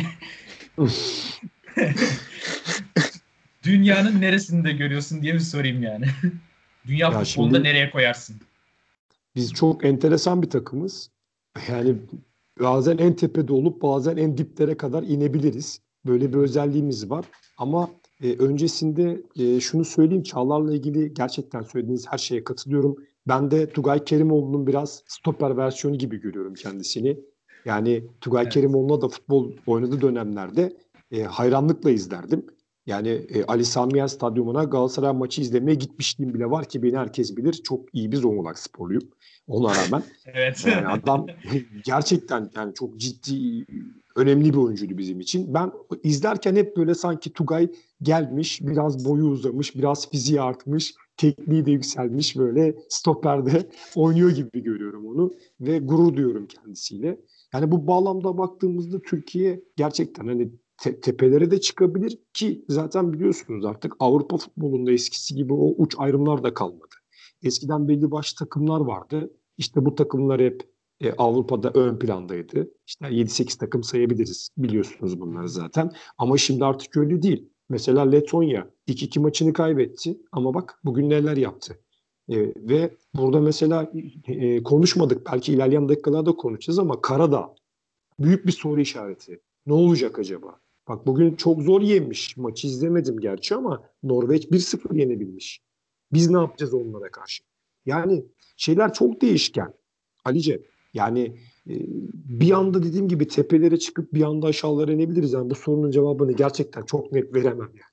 dünyanın neresinde görüyorsun diye bir sorayım yani. Dünya ya futbolunda nereye koyarsın? Biz çok enteresan bir takımız. Yani bazen en tepede olup bazen en diplere kadar inebiliriz. Böyle bir özelliğimiz var. Ama e, öncesinde e, şunu söyleyeyim. Çağlar'la ilgili gerçekten söylediğiniz her şeye katılıyorum. Ben de Tugay Kerimoğlu'nun biraz stoper versiyonu gibi görüyorum kendisini. Yani Tugay evet. Kerimoğlu'na da futbol oynadığı dönemlerde e, hayranlıkla izlerdim. Yani e, Ali Sami Yen Stadyumuna Galatasaray maçı izlemeye gitmişliğim bile var ki beni herkes bilir. Çok iyi bir Zonguldak sporluyum. Ona rağmen Evet. yani adam gerçekten yani çok ciddi, önemli bir oyuncuydu bizim için. Ben izlerken hep böyle sanki Tugay gelmiş, biraz boyu uzamış, biraz fiziği artmış, tekniği de yükselmiş, böyle stoperde oynuyor gibi görüyorum onu ve gurur duyuyorum kendisiyle. Yani bu bağlamda baktığımızda Türkiye gerçekten hani te- tepelere de çıkabilir ki zaten biliyorsunuz artık Avrupa futbolunda eskisi gibi o uç ayrımlar da kalmadı. Eskiden belli başlı takımlar vardı. İşte bu takımlar hep e, Avrupa'da ön plandaydı. İşte yedi sekiz takım sayabiliriz. Biliyorsunuz bunları zaten. Ama şimdi artık öyle değil. Mesela Letonya iki iki maçını kaybetti ama bak bugün neler yaptı. E, ve burada mesela e, konuşmadık. Belki ilerleyen dakikalarda konuşacağız ama Karadağ büyük bir soru işareti. Ne olacak acaba? Bak bugün çok zor yenmiş. Maçı izlemedim gerçi ama Norveç bir sıfır yenebilmiş. Biz ne yapacağız onlara karşı? Yani şeyler çok değişken. Alice yani e, bir anda dediğim gibi tepelere çıkıp bir anda aşağılara inebiliriz. Yani bu sorunun cevabını gerçekten çok net veremem yani.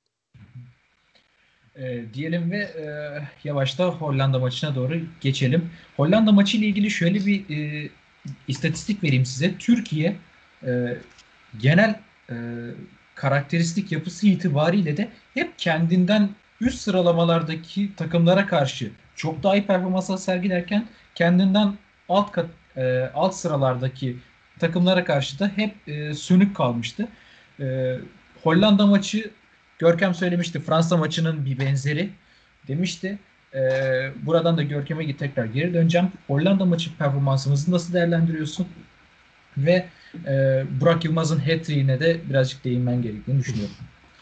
E, diyelim ve e, yavaşta Hollanda maçına doğru geçelim. Hollanda maçı ile ilgili şöyle bir e, istatistik vereyim size. Türkiye e, genel e, karakteristik yapısı itibariyle de hep kendinden üst sıralamalardaki takımlara karşı çok daha iyi performanslar sergilerken kendinden alt kat, e, alt sıralardaki takımlara karşı da hep e, sönük kalmıştı. E, Hollanda maçı Görkem söylemişti. Fransa maçının bir benzeri demişti. Ee, buradan da Görkem'e tekrar geri döneceğim. Hollanda maçı performansımızı nasıl değerlendiriyorsun? Ve e, Burak Yılmaz'ın hat-trick'ine de birazcık değinmen gerektiğini düşünüyorum.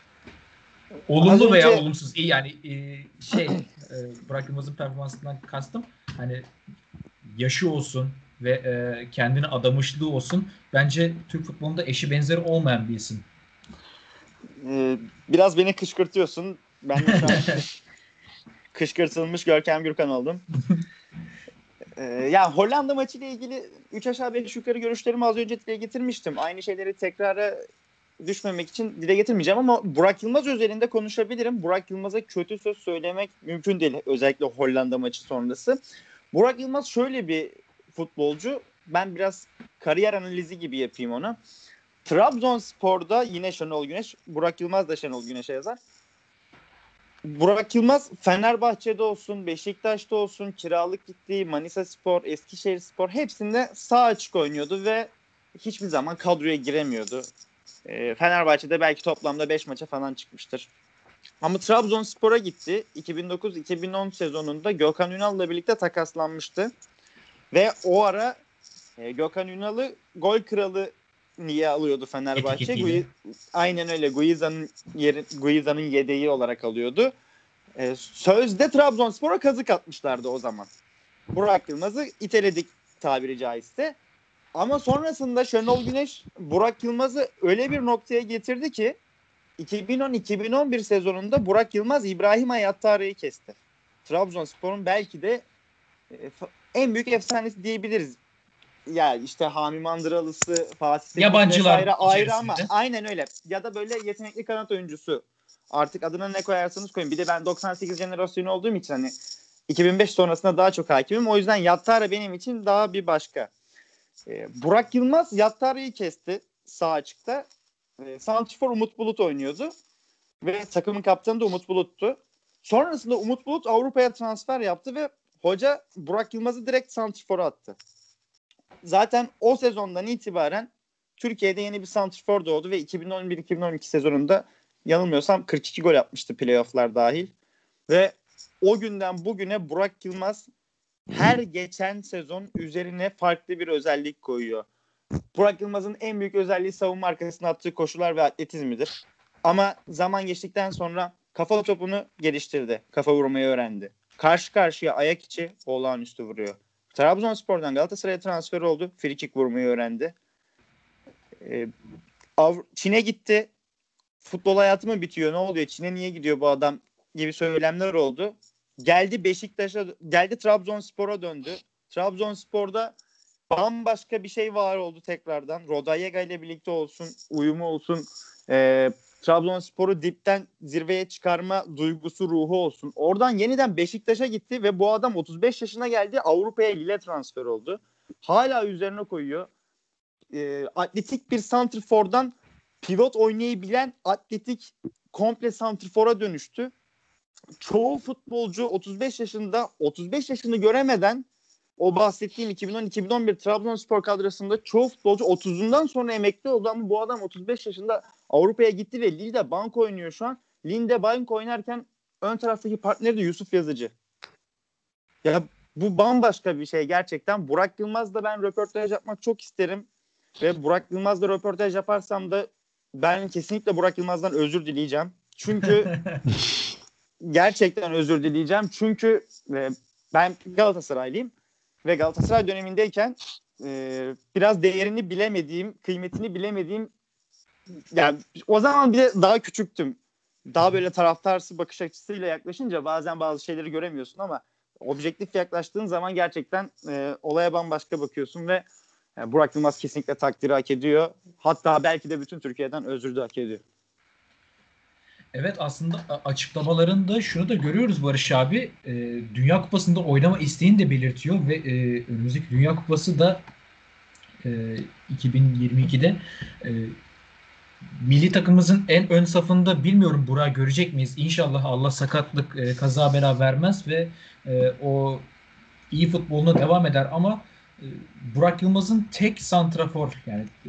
Az Olumlu veya önce olumsuz iyi yani e, şey e, Burak Yılmaz'ın performansından kastım hani yaşı olsun ve e, kendine adamışlığı olsun. Bence Türk futbolunda eşi benzeri olmayan bir isim. e, biraz beni kışkırtıyorsun. Ben de şu an kış, kışkırtılmış Görkem Gürkan oldum. Ee, yani Hollanda maçıyla ilgili üç aşağı beş yukarı görüşlerimi az önce dile getirmiştim. Aynı şeyleri tekrara düşmemek için dile getirmeyeceğim ama Burak Yılmaz özelinde konuşabilirim. Burak Yılmaz'a kötü söz söylemek mümkün değil. Özellikle Hollanda maçı sonrası. Burak Yılmaz şöyle bir futbolcu. Ben biraz kariyer analizi gibi yapayım onu. Trabzonspor'da yine Şenol Güneş, Burak Yılmaz da Şenol Güneş'e yazar. Burak Yılmaz Fenerbahçe'de olsun, Beşiktaş'ta olsun, kiralık gittiği Manisaspor, Eskişehirspor hepsinde sağ açık oynuyordu ve hiçbir zaman kadroya giremiyordu. E, Fenerbahçe'de belki toplamda beş maça falan çıkmıştır. Ama Trabzonspor'a gitti. iki bin dokuz iki bin on sezonunda Gökhan Ünal'la birlikte takaslanmıştı. Ve o ara e, Gökhan Ünal'ı gol kralı niye alıyordu Fenerbahçe? Gui, aynen öyle. Guiza'nın yeri, Guiza'nın yedeği olarak alıyordu. E, sözde Trabzonspor'a kazık atmışlardı o zaman. Burak Yılmaz'ı iteledik tabiri caizse. Ama sonrasında Şenol Güneş Burak Yılmaz'ı öyle bir noktaya getirdi ki iki bin on iki bin on bir sezonunda Burak Yılmaz İbrahim Ayattarı'yı kesti. Trabzonspor'un belki de e, en büyük efsanesi diyebiliriz. Ya işte Hami Mandıralısı, Fatih Tekin Yabancılar vesaire ayrı ama içerisinde. aynen öyle. Ya da böyle yetenekli kanat oyuncusu. Artık adına ne koyarsanız koyun. Bir de ben doksan sekiz jenerasyonu olduğum için hani iki bin beş sonrasında daha çok hakimim. O yüzden Yattara benim için daha bir başka. Ee, Burak Yılmaz Yattara'yı kesti sağ açıkta. Ee, Santrfor Umut Bulut oynuyordu. Ve takımın kaptanı da Umut Bulut'tu. Sonrasında Umut Bulut Avrupa'ya transfer yaptı ve hoca Burak Yılmaz'ı direkt Santrfor'a attı. Zaten o sezondan itibaren Türkiye'de yeni bir santrfor doğdu ve iki bin on bir iki bin on iki sezonunda yanılmıyorsam kırk iki gol yapmıştı playoff'lar dahil. Ve o günden bugüne Burak Yılmaz her geçen sezon üzerine farklı bir özellik koyuyor. Burak Yılmaz'ın en büyük özelliği savunma arkasına attığı koşular ve atletizmidir. Ama zaman geçtikten sonra kafa topunu geliştirdi. Kafa vurmayı öğrendi. Karşı karşıya ayak içi olağanüstü vuruyor. Trabzonspor'dan Galatasaray'a transfer oldu. Frikik vurmayı öğrendi. Ee, Çin'e gitti. Futbol hayatı mı bitiyor? Ne oluyor? Çin'e niye gidiyor bu adam gibi söylemler oldu. Geldi Beşiktaş'a, geldi Trabzonspor'a döndü. Trabzonspor'da bambaşka bir şey var oldu tekrardan. Rodallega ile birlikte olsun, uyumu olsun, e, Trabzonspor'u dipten zirveye çıkarma duygusu, ruhu olsun. Oradan yeniden Beşiktaş'a gitti ve bu adam otuz beş yaşına geldi. Avrupa'ya Lille transfer oldu. Hala üzerine koyuyor. E, atletik bir santrfordan pivot oynayabilen atletik komple santrfora dönüştü. Çoğu futbolcu otuz beş yaşında otuz beş yaşını göremeden o bahsettiğim iki bin on iki bin on bir Trabzonspor kadrosunda çoğu futbolcu otuzundan sonra emekli oldu ama bu adam otuz beş yaşında Avrupa'ya gitti ve Lille'de bank oynuyor şu an. Lille'de bank oynarken ön taraftaki partneri de Yusuf Yazıcı. Ya bu bambaşka bir şey gerçekten. Burak Yılmaz'la ben röportaj yapmak çok isterim. Ve Burak Yılmaz'la röportaj yaparsam da ben kesinlikle Burak Yılmaz'dan özür dileyeceğim. Çünkü gerçekten özür dileyeceğim. Çünkü e, ben Galatasaraylıyım. Ve Galatasaray dönemindeyken e, biraz değerini bilemediğim, kıymetini bilemediğim, yani o zaman bir de daha küçüktüm. Daha böyle taraftarsı bakış açısıyla yaklaşınca bazen bazı şeyleri göremiyorsun ama objektif yaklaştığın zaman gerçekten e, olaya bambaşka bakıyorsun ve yani Burak Yılmaz kesinlikle takdiri hak ediyor. Hatta belki de bütün Türkiye'den özür de hak ediyor. Evet, aslında açıklamalarında şunu da görüyoruz Barış abi. E, Dünya Kupası'nda oynama isteğini de belirtiyor ve e, önümüzdeki Dünya Kupası da e, iki bin yirmi ikide e, milli takımımızın en ön safında, bilmiyorum Burak'ı görecek miyiz? İnşallah Allah sakatlık, e, kaza bela vermez ve e, o iyi futboluna devam eder ama e, Burak Yılmaz'ın tek santrafor, yani e,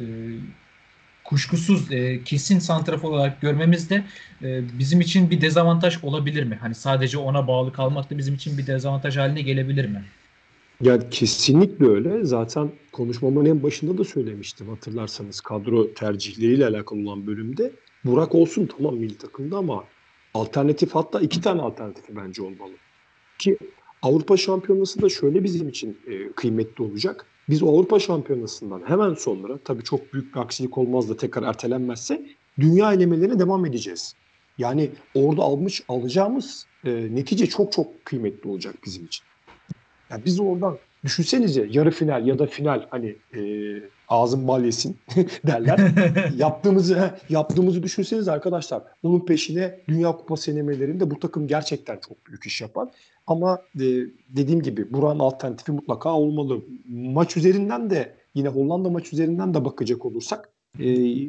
kuşkusuz e, kesin santrafor olarak görmemiz de e, bizim için bir dezavantaj olabilir mi? Hani sadece ona bağlı kalmak da bizim için bir dezavantaj haline gelebilir mi? Yani kesinlikle öyle. Zaten konuşmamın en başında da söylemiştim hatırlarsanız kadro tercihleriyle alakalı olan bölümde. Burak olsun tamam milli takımda ama alternatif, hatta iki tane alternatifi bence olmalı. Ki Avrupa Şampiyonası da şöyle bizim için e, kıymetli olacak. Biz o Avrupa Şampiyonası'ndan hemen sonra, tabii çok büyük bir aksilik olmaz da tekrar ertelenmezse, dünya elemelerine devam edeceğiz. Yani orada almış alacağımız e, netice çok çok kıymetli olacak bizim için. Yani biz oradan düşünsenize yarı final ya da final, hani e, ağzın bal yesin derler. yaptığımızı yaptığımızı düşünsenize arkadaşlar. Bunun peşine Dünya Kupası elemelerinde bu takım gerçekten çok büyük iş yapar. Ama e, dediğim gibi Burak'ın alternatifi mutlaka olmalı. Maç üzerinden de, yine Hollanda maç üzerinden de bakacak olursak e,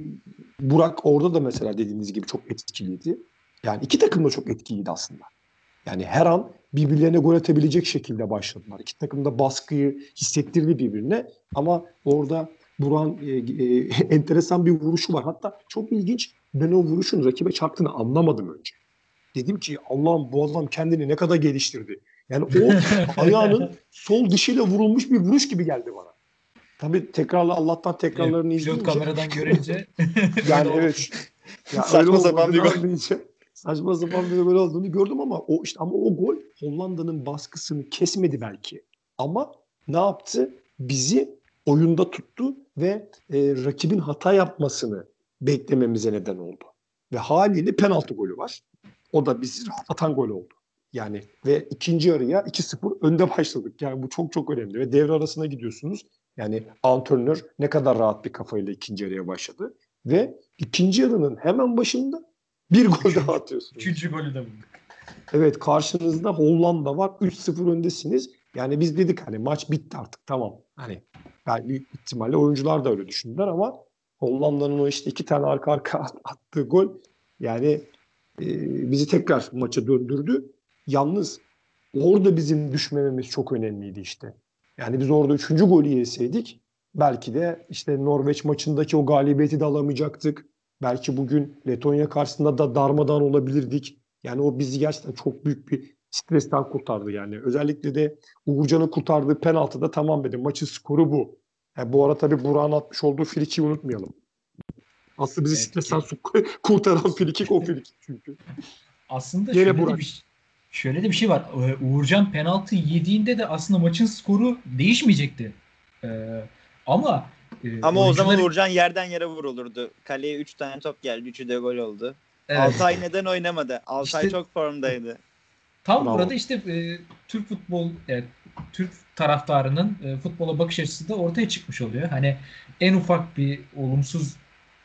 Burak orada da mesela dediğiniz gibi çok etkiliydi. Yani iki takım da çok etkiliydi aslında. Yani her an birbirlerine gol atabilecek şekilde başladılar. İki takım da baskıyı hissettirdi birbirine. Ama orada Burak'ın e, e, enteresan bir vuruşu var. Hatta çok ilginç, ben o vuruşun rakibe çarptığını anlamadım önce. Dedim ki Allah'ım, bu adam kendini ne kadar geliştirdi. Yani o ayağının sol dışıyla vurulmuş bir vuruş gibi geldi bana. Tabii tekrarla Allah'tan tekrarlarını Pilot izleyince. kameradan görünce. Yani evet. Ya Saçma sapan bir gol. Anlayınca, saçma sapan bir gol olduğunu gördüm ama o işte ama o gol Hollanda'nın baskısını kesmedi belki. Ama ne yaptı? Bizi oyunda tuttu ve e, rakibin hata yapmasını beklememize neden oldu. Ve haliyle penaltı golü var. O da bizi rahatlatan gol oldu. Yani ve ikinci yarıya iki sıfır önde başladık. Yani bu çok çok önemli. Ve devre arasına gidiyorsunuz. Yani antrenör ne kadar rahat bir kafayla ikinci yarıya başladı. Ve ikinci yarının hemen başında bir gol daha atıyorsunuz. Üçüncü golü de bulduk. Evet, karşınızda Hollanda var. üç sıfır öndesiniz. Yani biz dedik hani maç bitti artık, tamam. Hani yani büyük ihtimalle oyuncular da öyle düşündüler ama Hollanda'nın o işte iki tane arka arka attığı gol yani e, bizi tekrar maça döndürdü. Yalnız orada bizim düşmememiz çok önemliydi işte. Yani biz orada üçüncü golü yeseydik belki de işte Norveç maçındaki o galibiyeti de alamayacaktık. Belki bugün Letonya karşısında da darmadağın olabilirdik. Yani o bizi gerçekten çok büyük bir stresten kurtardı yani. Özellikle de Uğurcan'ın kurtardığı penaltıda tamam dedim. Maçın skoru bu. Yani bu ara tabii Burak'ın atmış olduğu frikiyi unutmayalım. Aslında bizi Evet, stresten kurtaran frikik o frikik çünkü. Aslında Yine şöyle Burak. de bir şöyle de bir şey var. Ee, Uğurcan penaltı yediğinde de aslında maçın skoru değişmeyecekti. Ee, ama e, Ama o zaman oyuncuların- Uğurcan yerden yere vurulurdu. Kaleye üç tane top geldi. üçü de gol oldu. Evet. Altay neden oynamadı? Altay İşte- çok formdaydı. Tam Bravo. burada işte e, Türk futbol, e, Türk taraftarının e, futbola bakış açısı da ortaya çıkmış oluyor. Hani en ufak bir olumsuz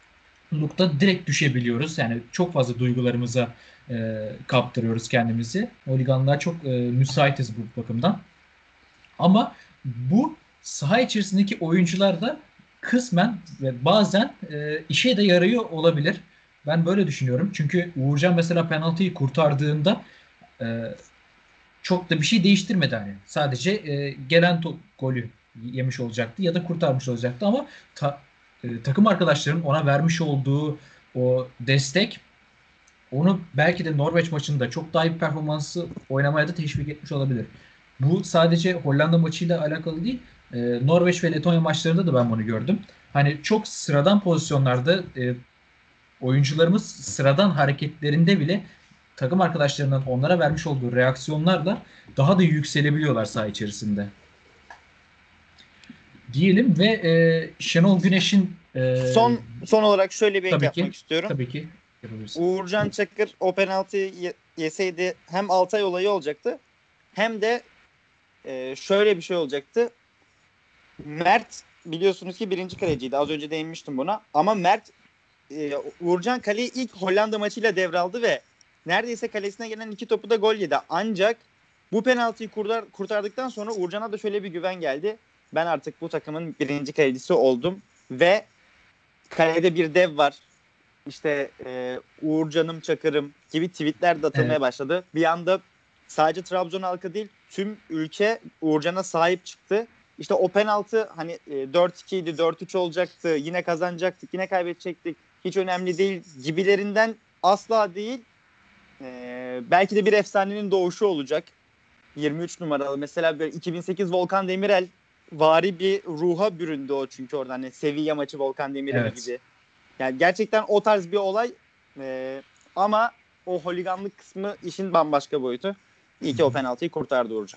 şampiyonlukta direkt düşebiliyoruz. Yani çok fazla duygularımıza e, kaptırıyoruz kendimizi. Holiganlığa çok e, müsaitiz bu bakımdan. Ama bu saha içerisindeki oyuncular da kısmen ve bazen e, işe de yarıyor olabilir. Ben böyle düşünüyorum. Çünkü Uğurcan mesela penaltıyı kurtardığında e, çok da bir şey değiştirmedi hani. Sadece e, gelen to- golü yemiş olacaktı ya da kurtarmış olacaktı ama ta- e, takım arkadaşlarının ona vermiş olduğu o destek onu belki de Norveç maçında çok daha iyi bir performansı oynamaya da teşvik etmiş olabilir. Bu sadece Hollanda maçıyla alakalı değil. E, Norveç ve Letonya maçlarında da ben bunu gördüm. Hani çok sıradan pozisyonlarda e, oyuncularımız sıradan hareketlerinde bile takım arkadaşlarının onlara vermiş olduğu reaksiyonlarla daha da yükselebiliyorlar saha içerisinde. Diyelim ve e, Şenol Güneş'in e, Son son olarak şöyle bir ek tabii yapmak ki istiyorum. tabii ki yapabilirsin. Uğurcan Çakır o penaltıyı ye- yeseydi hem Altay olayı olacaktı hem de e, şöyle bir şey olacaktı. Mert biliyorsunuz ki birinci kaleciydi. Az önce değinmiştim buna. Ama Mert e, Uğurcan kaleyi ilk Hollanda maçıyla devraldı ve neredeyse kalesine gelen iki topu da gol yedi. Ancak bu penaltıyı kurtar, kurtardıktan sonra Uğurcan'a da şöyle bir güven geldi. Ben artık bu takımın birinci kalecisi oldum ve kalede bir dev var. İşte e, Uğurcan'ım Çakır'ım gibi tweetler de atılmaya Evet. başladı. Bir anda sadece Trabzon halkı değil tüm ülke Uğurcan'a sahip çıktı. İşte o penaltı hani e, dört iki idi, dört üç olacaktı, yine kazanacaktık, yine kaybedecektik, hiç önemli değil gibilerinden asla değil. E, belki de bir efsanenin doğuşu olacak. yirmi üç numaralı mesela böyle iki bin sekiz Volkan Demirel vari bir ruha büründü o çünkü oradan hani Sevilla maçı Volkan Demirel Evet. gibi. Yani gerçekten o tarz bir olay e, ama o holiganlık kısmı işin bambaşka boyutu. İyi ki o penaltıyı kurtardı Uğurcan.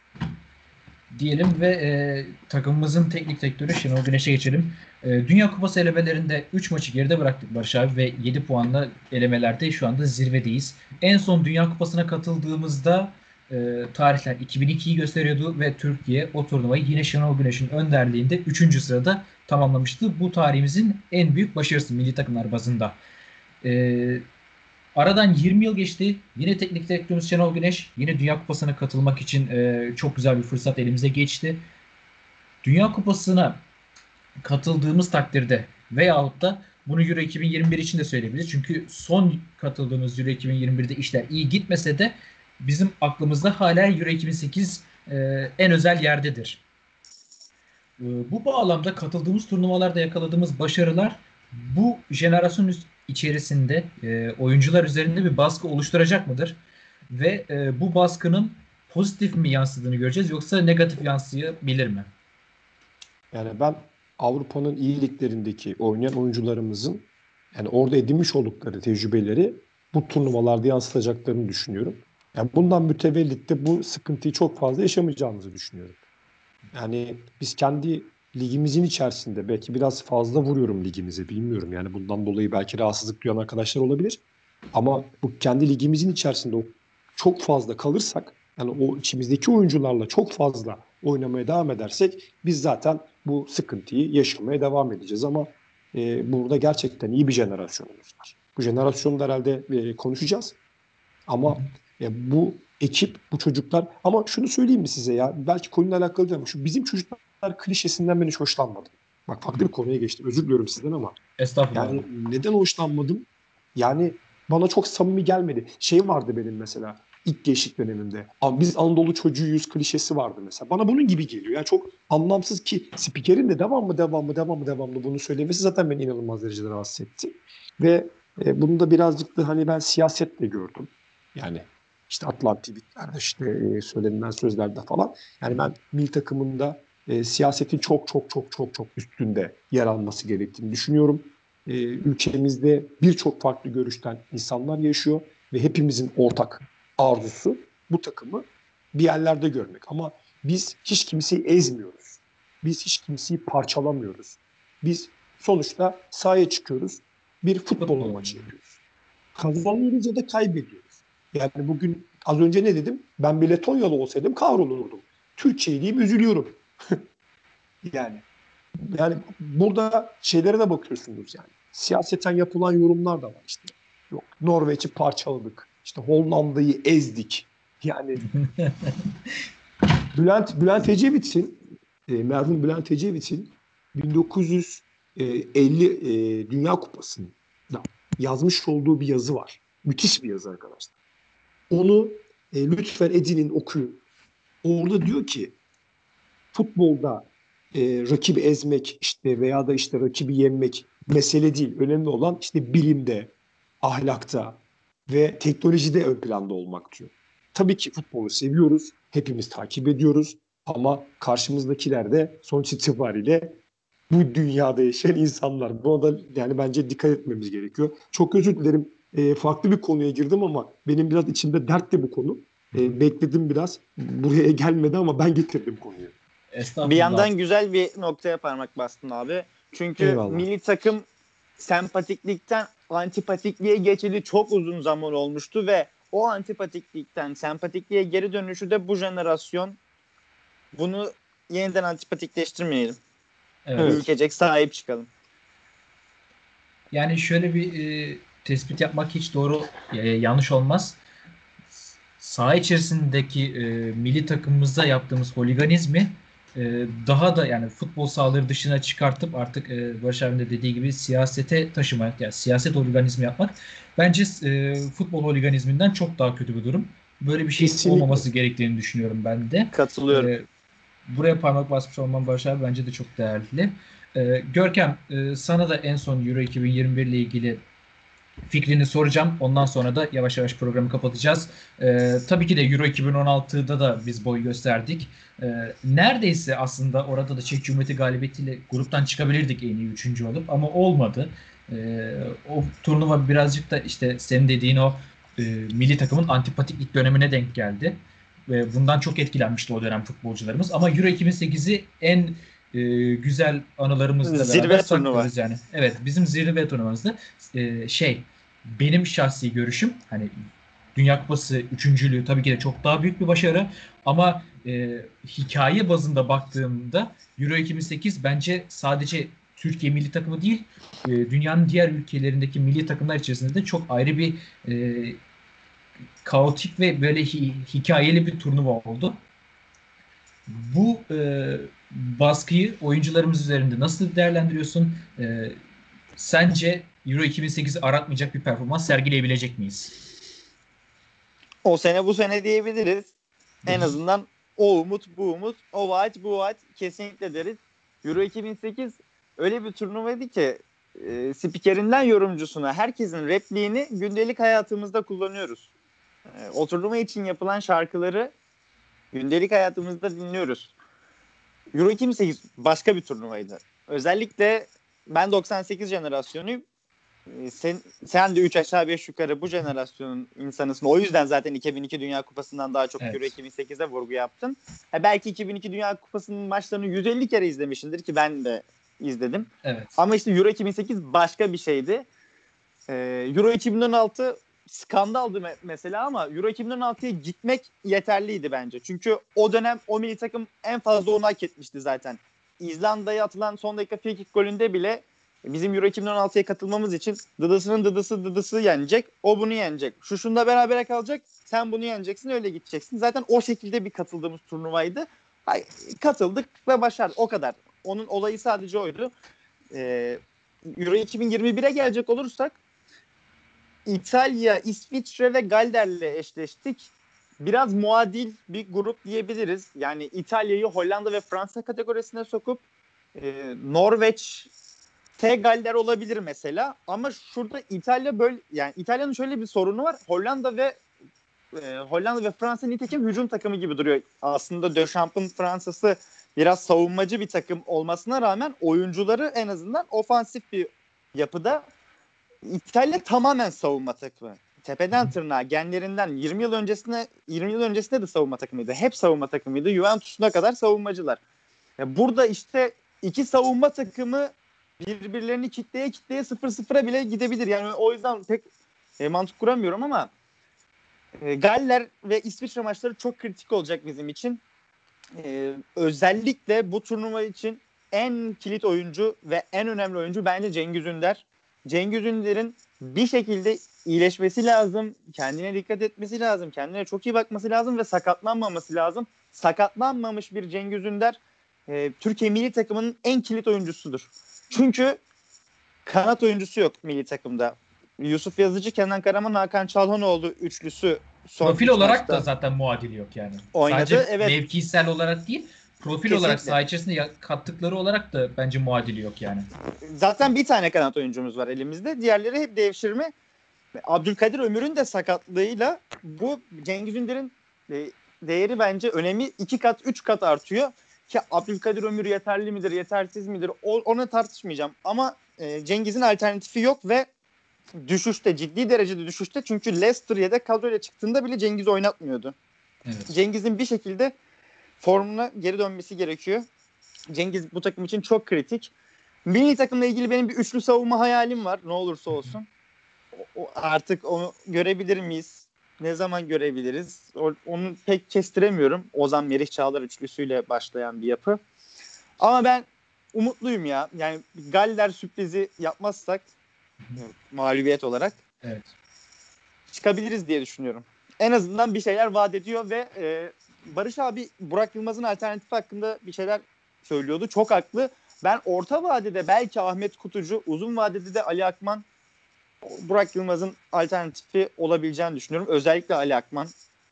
Diyelim ve e, takımımızın teknik direktörü Şenol Güneş'e geçelim. E, Dünya Kupası elemelerinde üç maçı geride bıraktık Barış abi ve yedi puanla elemelerde şu anda zirvedeyiz. En son Dünya Kupası'na katıldığımızda e, tarihler iki bin ikiyi gösteriyordu ve Türkiye o turnuvayı yine Şenol Güneş'in önderliğinde üçüncü sırada tamamlamıştı. Bu tarihimizin en büyük başarısı milli takımlar bazında. E, Aradan yirmi yıl geçti. Yine teknik direktörümüz Şenol Güneş yine Dünya Kupası'na katılmak için e, çok güzel bir fırsat elimize geçti. Dünya Kupası'na katıldığımız takdirde veyahut da bunu Euro iki bin yirmi bir için de söyleyebiliriz. Çünkü son katıldığımız Euro iki bin yirmi birde işler iyi gitmese de bizim aklımızda hala Euro iki bin sekiz e, en özel yerdedir. E, bu bağlamda katıldığımız turnuvalarda yakaladığımız başarılar bu jenerasyon içerisinde e, oyuncular üzerinde bir baskı oluşturacak mıdır? Ve e, bu baskının pozitif mi yansıdığını göreceğiz yoksa negatif yansıyabilir mi? Yani ben Avrupa'nın iyi liglerindeki oynayan oyuncularımızın yani orada edinmiş oldukları tecrübeleri bu turnuvalarda yansıtacaklarını düşünüyorum. Yani bundan mütevellit de bu sıkıntıyı çok fazla yaşamayacağımızı düşünüyorum. Yani biz kendi ligimizin içerisinde belki biraz fazla vuruyorum ligimize bilmiyorum. Yani bundan dolayı belki rahatsızlık duyan arkadaşlar olabilir. Ama bu kendi ligimizin içerisinde o çok fazla kalırsak yani o içimizdeki oyuncularla çok fazla oynamaya devam edersek biz zaten bu sıkıntıyı yaşamaya devam edeceğiz. Ama e, burada gerçekten iyi bir jenerasyonumuz var. Bu jenerasyonu da herhalde e, konuşacağız. Ama e, bu ekip, bu çocuklar ama şunu söyleyeyim mi size ya belki konuyla alakalı değil ama şu bizim çocuklar klişesinden ben hiç hoşlanmadım. Bak farklı bir konuya geçtim. Özür diliyorum sizden ama Estağfurullah. yani neden hoşlanmadım? Yani bana çok samimi gelmedi. Şey vardı benim mesela ilk gençlik dönemimde. Ama biz Anadolu çocuğuyuz klişesi vardı mesela. Bana bunun gibi geliyor. Yani çok anlamsız ki spikerin de devamlı devamlı devamlı devamlı bunu söylemesi zaten beni inanılmaz derecede rahatsız etti. Ve e, bunu da birazcık da hani ben siyasetle gördüm. Yani işte atılan tweetlerde işte e, söylenilen sözlerde falan. Yani ben milli takımında e, siyasetin çok çok çok çok çok üstünde yer alması gerektiğini düşünüyorum. E, ülkemizde birçok farklı görüşten insanlar yaşıyor ve hepimizin ortak arzusu bu takımı bir yerlerde görmek. Ama biz hiç kimseyi ezmiyoruz. Biz hiç kimseyi parçalamıyoruz. Biz sonuçta sahaya çıkıyoruz. Bir futbol, Futbol. maçı yapıyoruz. Kazanıyoruz ya da kaybediyoruz. Yani bugün az önce ne dedim? Ben bir Letonyalı olsaydım kahrolurdum. Türkçeyi diyeyim üzülüyorum. yani yani burada şeylere de bakıyorsunuz yani. Siyaseten yapılan yorumlar da var işte. Yok, Norveç'i parçaladık. İşte Hollanda'yı ezdik. Yani Bülent Bülent Ecevit'in e, merhum Bülent Ecevit'in bin dokuz yüz elli e, Dünya Kupası'nda yazmış olduğu bir yazı var. Müthiş bir yazı arkadaşlar. Onu e, lütfen edinin, okuyun. Orada diyor ki futbolda e, rakibi ezmek işte veya da işte rakibi yenmek mesele değil. Önemli olan işte bilimde, ahlakta ve teknolojide ön planda olmak diyor. Tabii ki futbolu seviyoruz, hepimiz takip ediyoruz ama karşımızdakiler de sonuç itibariyle bu dünyada yaşayan insanlar. Buna da yani bence dikkat etmemiz gerekiyor. Çok özür dilerim. E, farklı bir konuya girdim ama benim biraz içimde dertli bu konu. E, bekledim biraz. Buraya gelmedi ama ben getirdim konuyu. Estağfurullah. Bir yandan güzel bir noktaya parmak bastın abi. Çünkü Eyvallah. milli takım sempatiklikten antipatikliğe geçeli çok uzun zaman olmuştu ve o antipatiklikten sempatikliğe geri dönüşü de bu jenerasyon. Bunu yeniden antipatikleştirmeyelim. Evet. Ülkecek sahip çıkalım. Yani şöyle bir e, tespit yapmak hiç doğru, e, yanlış olmaz. Saha içerisindeki e, milli takımımızda yaptığımız holiganizmi e, daha da yani futbol sahaları dışına çıkartıp artık e, Barış abinin de dediği gibi siyasete taşımak, yani siyaset holiganizmi yapmak bence e, futbol holiganizminden çok daha kötü bir durum. Böyle bir şeyin Kesinlikle. olmaması gerektiğini düşünüyorum ben de. Katılıyorum. E, buraya parmak basmış olman Barış abi bence de çok değerli. E, Görkem, e, sana da en son Euro iki bin yirmi bir ile ilgili fikrini soracağım. Ondan sonra da yavaş yavaş programı kapatacağız. Ee, tabii ki de Euro iki bin on altıda da biz boy gösterdik. Ee, neredeyse aslında orada da Çek Cumhuriyeti galibiyetiyle gruptan çıkabilirdik en iyi üçüncü olup ama olmadı. Ee, o turnuva birazcık da işte senin dediğin o e, milli takımın antipatiklik dönemine denk geldi. Ve bundan çok etkilenmişti o dönem futbolcularımız. Ama Euro iki bin sekizi en e, güzel anılarımızla Zirve beraber turnuva. saklıyoruz yani. Evet, bizim zirve turnuvamızda e, şey benim şahsi görüşüm hani Dünya Kupası üçüncülüğü tabii ki de çok daha büyük bir başarı ama e, hikaye bazında baktığımda Euro iki bin sekiz bence sadece Türkiye milli takımı değil e, dünyanın diğer ülkelerindeki milli takımlar içerisinde de çok ayrı bir e, kaotik ve böyle hi- hikayeli bir turnuva oldu. Bu e, baskıyı oyuncularımız üzerinde nasıl değerlendiriyorsun? E, sence Euro iki bin sekizi aratmayacak bir performans sergileyebilecek miyiz? O sene bu sene diyebiliriz. En azından o umut, bu umut, o vaat, bu vaat kesinlikle deriz. Euro iki bin sekiz öyle bir turnuvaydı ki e, spikerinden yorumcusuna herkesin repliğini gündelik hayatımızda kullanıyoruz. E, o turnuva için yapılan şarkıları gündelik hayatımızda dinliyoruz. Euro iki bin sekiz başka bir turnuvaydı. Özellikle ben doksan sekiz jenerasyonuyum. Sen, sen de üç aşağı beş yukarı bu jenerasyonun insanısın. O yüzden zaten iki bin iki Dünya Kupası'ndan daha çok Evet. Euro iki bin sekize vurgu yaptın. Ha, belki iki bin iki Dünya Kupası'nın maçlarını yüz elli kere izlemişsindir ki ben de izledim. Evet. Ama işte Euro iki bin sekiz başka bir şeydi. Ee, Euro iki bin on altı skandaldı me- mesela ama Euro iki bin on altıya gitmek yeterliydi bence. Çünkü o dönem o milli takım en fazla onu hak etmişti zaten. İzlanda'ya atılan son dakika free kick golünde bile bizim Euro iki bin on altıya katılmamız için dıdısının dıdısı dıdısı yenecek. O bunu yenecek. Şu şunda berabere kalacak. Sen bunu yeneceksin, öyle gideceksin. Zaten o şekilde bir katıldığımız turnuvaydı. Hay, katıldık ve başardık. O kadar. Onun olayı sadece oydu. Ee, Euro iki bin yirmi bire gelecek olursak İtalya, İsviçre ve Galler'le eşleştik. Biraz muadil bir grup diyebiliriz. Yani İtalya'yı Hollanda ve Fransa kategorisine sokup e, Norveç, T Galler olabilir mesela. Ama şurada İtalya böyle, yani İtalya'nın şöyle bir sorunu var. Hollanda ve e, Hollanda ve Fransa nitekim hücum takımı gibi duruyor. Aslında Dechamps'ın Fransa'sı biraz savunmacı bir takım olmasına rağmen oyuncuları en azından ofansif bir yapıda. İtalya tamamen savunma takımı. Tepeden tırnağa, genlerinden yirmi yıl öncesine yirmi yıl öncesinde de savunma takımıydı. Hep savunma takımıydı. Juventus'una kadar savunmacılar. Ya burada işte iki savunma takımı birbirlerini kitleye kitleye sıfır sıfıra bile gidebilir. Yani o yüzden pek e, mantık kuramıyorum ama e, Galler ve İsviçre maçları çok kritik olacak bizim için. E, özellikle bu turnuva için en kilit oyuncu ve en önemli oyuncu bence Cengiz Ünder. Cengiz Ünder'in bir şekilde iyileşmesi lazım. Kendine dikkat etmesi lazım. Kendine çok iyi bakması lazım ve sakatlanmaması lazım. Sakatlanmamış bir Cengiz Ünder e, Türkiye milli takımının en kilit oyuncusudur. Çünkü kanat oyuncusu yok milli takımda. Yusuf Yazıcı, Kenan Karaman, Hakan Çalhanoğlu üçlüsü son Profil üç olarak maçta da zaten muadili yok yani. oynadı. Sadece Evet. mevkisel olarak değil, profil Kesinlikle. olarak saha içerisinde ya- kattıkları olarak da bence muadili yok yani. Zaten bir tane kanat oyuncumuz var elimizde. Diğerleri hep devşirme. Abdülkadir Ömür'ün de sakatlığıyla bu Cengiz Ünder'in e, değeri bence önemi iki kat üç kat artıyor. Ki Abdülkadir Ömür yeterli midir yetersiz midir o, onu tartışmayacağım. Ama e, Cengiz'in alternatifi yok ve düşüşte, ciddi derecede düşüşte. Çünkü Leicester yedek kadroyla çıktığında bile Cengiz oynatmıyordu. Evet. Cengiz'in bir şekilde formuna geri dönmesi gerekiyor. Cengiz bu takım için çok kritik. Milli takımla ilgili benim bir üçlü savunma hayalim var. Ne olursa olsun. O, o, artık onu görebilir miyiz? Ne zaman görebiliriz? O, onu pek kestiremiyorum. Ozan Merih Çağlar üçlüsüyle başlayan bir yapı. Ama ben umutluyum ya. Yani Galler sürprizi yapmazsak mağlubiyet olarak Evet. çıkabiliriz diye düşünüyorum. En azından bir şeyler vaat ediyor ve e, Barış abi Burak Yılmaz'ın alternatifi hakkında bir şeyler söylüyordu. Çok haklı. Ben orta vadede belki Ahmet Kutucu, uzun vadede de Ali Akman Burak Yılmaz'ın alternatifi olabileceğini düşünüyorum. Özellikle Ali Akman.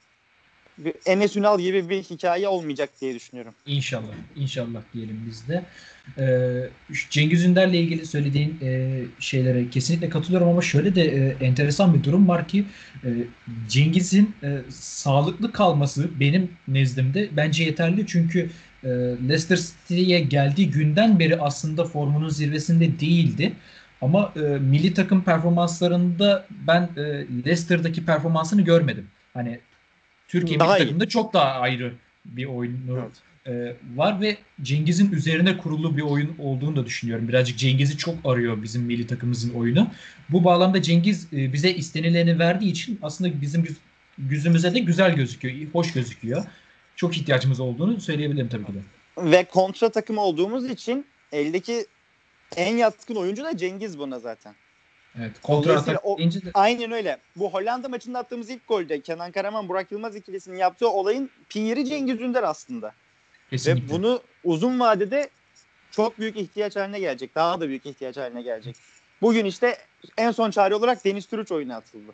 Bir Enes Ünal gibi bir hikaye olmayacak diye düşünüyorum. İnşallah. İnşallah diyelim biz de. Ee, şu Cengiz Ünder'le ilgili söylediğin e, şeylere kesinlikle katılıyorum ama şöyle de e, enteresan bir durum var ki e, Cengiz'in e, sağlıklı kalması benim nezdimde bence yeterli. Çünkü e, Leicester City'ye geldiği günden beri aslında formunun zirvesinde değildi. Ama e, milli takım performanslarında ben e, Leicester'daki performansını görmedim. Hani Türkiye Daha milli iyi. takımında çok daha ayrı bir oyunu Evet. e, var ve Cengiz'in üzerine kurulu bir oyun olduğunu da düşünüyorum. Birazcık Cengiz'i çok arıyor bizim milli takımımızın oyunu. Bu bağlamda Cengiz e, bize istenileni verdiği için aslında bizim yüz, yüzümüze de güzel gözüküyor, hoş gözüküyor. Çok ihtiyacımız olduğunu söyleyebilirim tabii ki de. Ve kontra takım olduğumuz için eldeki en yatkın oyuncu da Cengiz buna zaten. Evet, kontra Dolayısıyla atak o- deyince de Aynen öyle. Bu Hollanda maçında attığımız ilk golde Kenan Karaman, Burak Yılmaz ikilisinin yaptığı olayın piyeri Cengiz Ünder aslında. kesinlikle. Ve bunu uzun vadede çok büyük ihtiyaç haline gelecek. Daha da büyük ihtiyaç haline gelecek. Bugün işte en son çare olarak Deniz Türüç oyuna atıldı.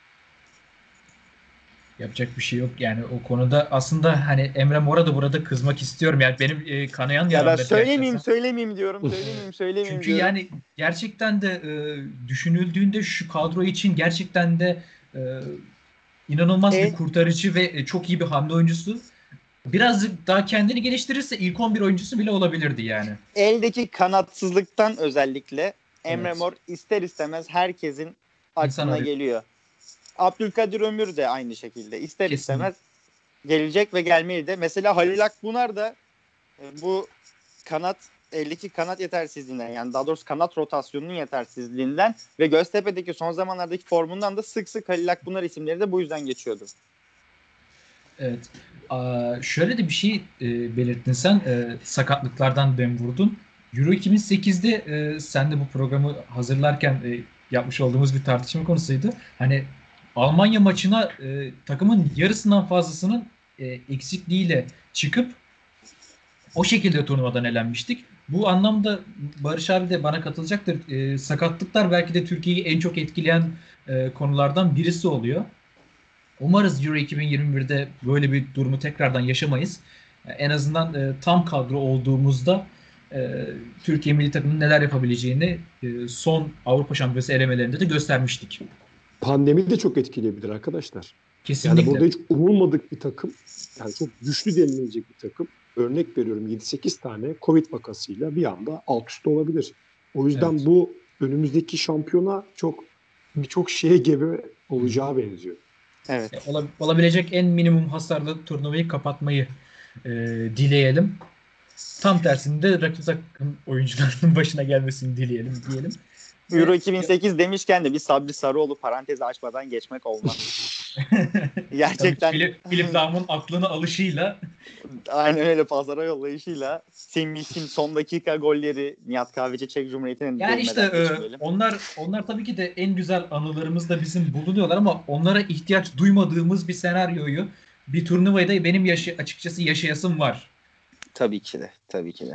Yapacak bir şey yok yani o konuda aslında hani Emre Mor'a da burada kızmak istiyorum yani benim e, kanayan Ya ben yaramda söylemeyeyim gerçekten. söylemeyeyim diyorum. Söylemeyeyim söylemeyeyim Çünkü diyorum. yani gerçekten de e, düşünüldüğünde şu kadro için gerçekten de e, inanılmaz E- bir kurtarıcı ve e, çok iyi bir hamle oyuncusu. Birazcık daha kendini geliştirirse ilk on bir oyuncusu bile olabilirdi yani. Eldeki kanatsızlıktan özellikle Emre Evet. Mor ister istemez herkesin İnsan aklına arıyor. geliyor. Abdülkadir Ömür de aynı şekilde. İster Kesinlikle. istemez gelecek ve gelmeli de. Mesela Halil Akbunar da e, bu kanat eldeki kanat yetersizliğinden yani daha doğrusu kanat rotasyonunun yetersizliğinden ve Göztepe'deki son zamanlardaki formundan da sık sık Halil Akbunar isimleri de bu yüzden geçiyordu. Evet. Aa, şöyle de bir şey e, belirttin sen. E, sakatlıklardan dem vurdun. Euro iki bin sekizde e, sen de bu programı hazırlarken e, yapmış olduğumuz bir tartışma konusuydu. Hani Almanya maçına e, takımın yarısından fazlasının e, eksikliğiyle çıkıp o şekilde turnuvadan elenmiştik. Bu anlamda Barış abi de bana katılacaktır. E, sakatlıklar belki de Türkiye'yi en çok etkileyen e, konulardan birisi oluyor. Umarız Euro iki bin yirmi birde böyle bir durumu tekrardan yaşamayız. En azından e, tam kadro olduğumuzda e, Türkiye milli takımının neler yapabileceğini e, son Avrupa Şampiyonası elemelerinde de göstermiştik. Pandemi de çok etkileyebilir arkadaşlar. Kesinlikle. Yani burada hiç umulmadık bir takım, yani çok güçlü denilecek bir takım. Örnek veriyorum yedi sekiz tane Covid vakasıyla bir anda alt üst olabilir. O yüzden Evet. bu önümüzdeki şampiyona çok birçok şeye gebe olacağı benziyor. Evet. E, ola- olabilecek en minimum hasarlı turnuvayı kapatmayı e, dileyelim. Tam tersinde rakip takım oyuncularının başına gelmesini dileyelim diyelim. Euro Ve- iki bin sekiz demişken de bir Sabri Sarıoğlu parantezi açmadan geçmek olmaz. Gerçekten Philip, Philip Lahm'ın aklını alışıyla aynen öyle pazara yollayışıyla Semih'in son dakika golleri, Nihat Kahveci Çek Cumhuriyeti'nin yani işte değinmeden e, geçmeyelim. onlar onlar tabii ki de en güzel anılarımızda bizim bulunuyorlar ama onlara ihtiyaç duymadığımız bir senaryoyu bir turnuvayı da benim yaşı, açıkçası yaşayasım var. Tabii ki de. Tabii ki de.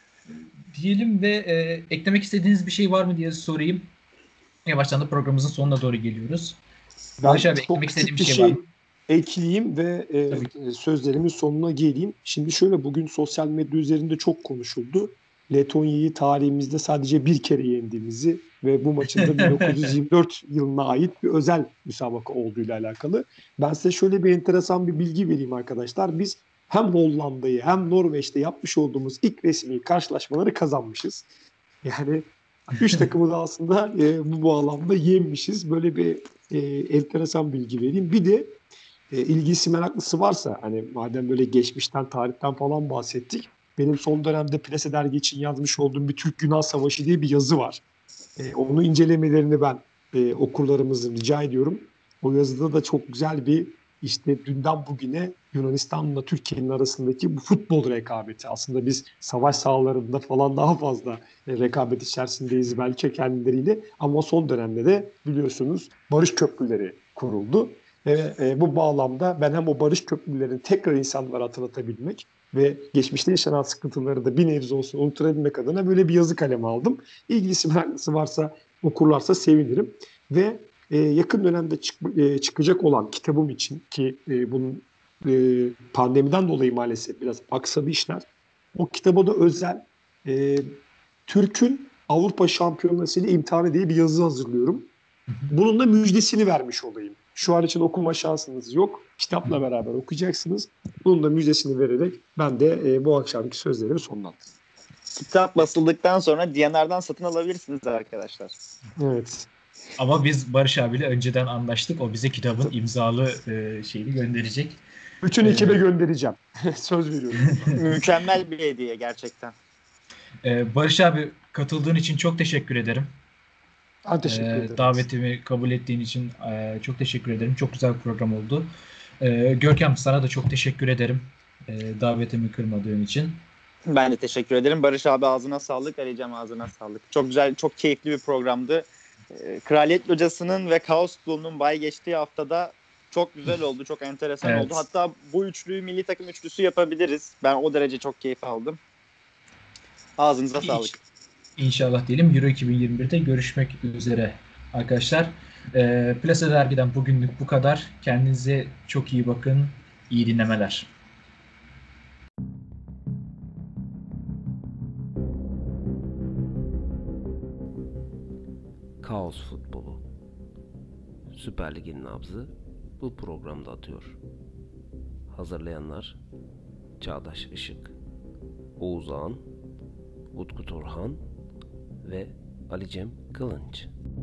Diyelim ve e, eklemek istediğiniz bir şey var mı diye sorayım. Yavaştan da programımızın sonuna doğru geliyoruz. Ben Barış abi çok eklemek küçük istediğin bir bir şey var şey mı? ekleyeyim ve e, Tabii. e, sözlerimin sonuna geleyim. Şimdi şöyle, bugün sosyal medya üzerinde çok konuşuldu. Letonya'yı tarihimizde sadece bir kere yendiğimizi ve bu maçın da bin dokuz yüz yirmi dört yılına ait bir özel müsabaka olduğuyla alakalı. Ben size şöyle bir enteresan bir bilgi vereyim arkadaşlar. Biz hem Hollanda'yı hem Norveç'te yapmış olduğumuz ilk resmi karşılaşmaları kazanmışız. Yani üç takımı da aslında e, bu bağlamda yenmişiz. Böyle bir e, enteresan bilgi vereyim. Bir de e, ilgisi meraklısı varsa, hani madem böyle geçmişten, tarihten falan bahsettik. Benim son dönemde Plase Dergi için yazmış olduğum bir Türk-Yunan Savaşı diye bir yazı var. E, onu incelemelerini ben e, okurlarımızın rica ediyorum. O yazıda da çok güzel bir, işte dünden bugüne Yunanistan'la Türkiye'nin arasındaki bu futbol rekabeti. Aslında biz savaş sahalarında falan daha fazla e, rekabet içerisindeyiz belki kendileriyle. Ama son dönemde de biliyorsunuz barış köprüleri kuruldu. Ve e, bu bağlamda ben hem o barış köprülerini tekrar insanlara hatırlatabilmek ve geçmişte yaşanan sıkıntıları da bir nebze olsun unuturabilmek adına böyle bir yazı kaleme aldım. İlgisi meraklısı varsa, okurlarsa sevinirim. Ve e, yakın dönemde çık, e, çıkacak olan kitabım için, ki e, bunun e, pandemiden dolayı maalesef biraz aksadı işler. O kitaba da özel e, Türk'ün Avrupa Şampiyonası ile imtihanı diye bir yazı hazırlıyorum. Bunun da müjdesini vermiş olayım. Şu an için okuma şansınız yok. Kitapla beraber okuyacaksınız. Bunun da müjdesini vererek ben de e, bu akşamki sözlerimi sonlandırdım. Kitap basıldıktan sonra D and R'dan satın alabilirsiniz arkadaşlar. Evet. Ama biz Barış abiyle önceden anlaştık. O bize kitabın imzalı e, şeyini gönderecek. Bütün Ee, ekibe göndereceğim. Söz veriyorum. Mükemmel bir hediye gerçekten. Ee, Barış abi katıldığın için çok teşekkür ederim. Ben teşekkür Ee, ederim. davetimi kabul ettiğin için e, çok teşekkür ederim. Çok güzel bir program oldu. Ee, Görkem sana da çok teşekkür ederim. Ee, davetimi kırmadığın için. Ben de teşekkür ederim. Barış abi ağzına sağlık. Ali'cem ağzına sağlık. Çok güzel, çok keyifli bir programdı. Ee, Kraliyet Locası'nın ve Kaos Futbolu'nun bay geçtiği haftada çok güzel oldu. Çok enteresan Evet. oldu. Hatta bu üçlüyü milli takım üçlüsü yapabiliriz. Ben o derece çok keyif aldım. Ağzınıza Hiç. sağlık. İnşallah diyelim. Euro iki bin yirmi birde görüşmek üzere arkadaşlar. Ee, Plase Dergi'den bugünlük bu kadar. Kendinize çok iyi bakın. İyi dinlemeler. Kaos futbolu. Süper Lig'in nabzı bu programda atıyor. Hazırlayanlar Çağdaş Işık, Oğuz Ağan, Utku Turhan ve Ali Cem Kılınç.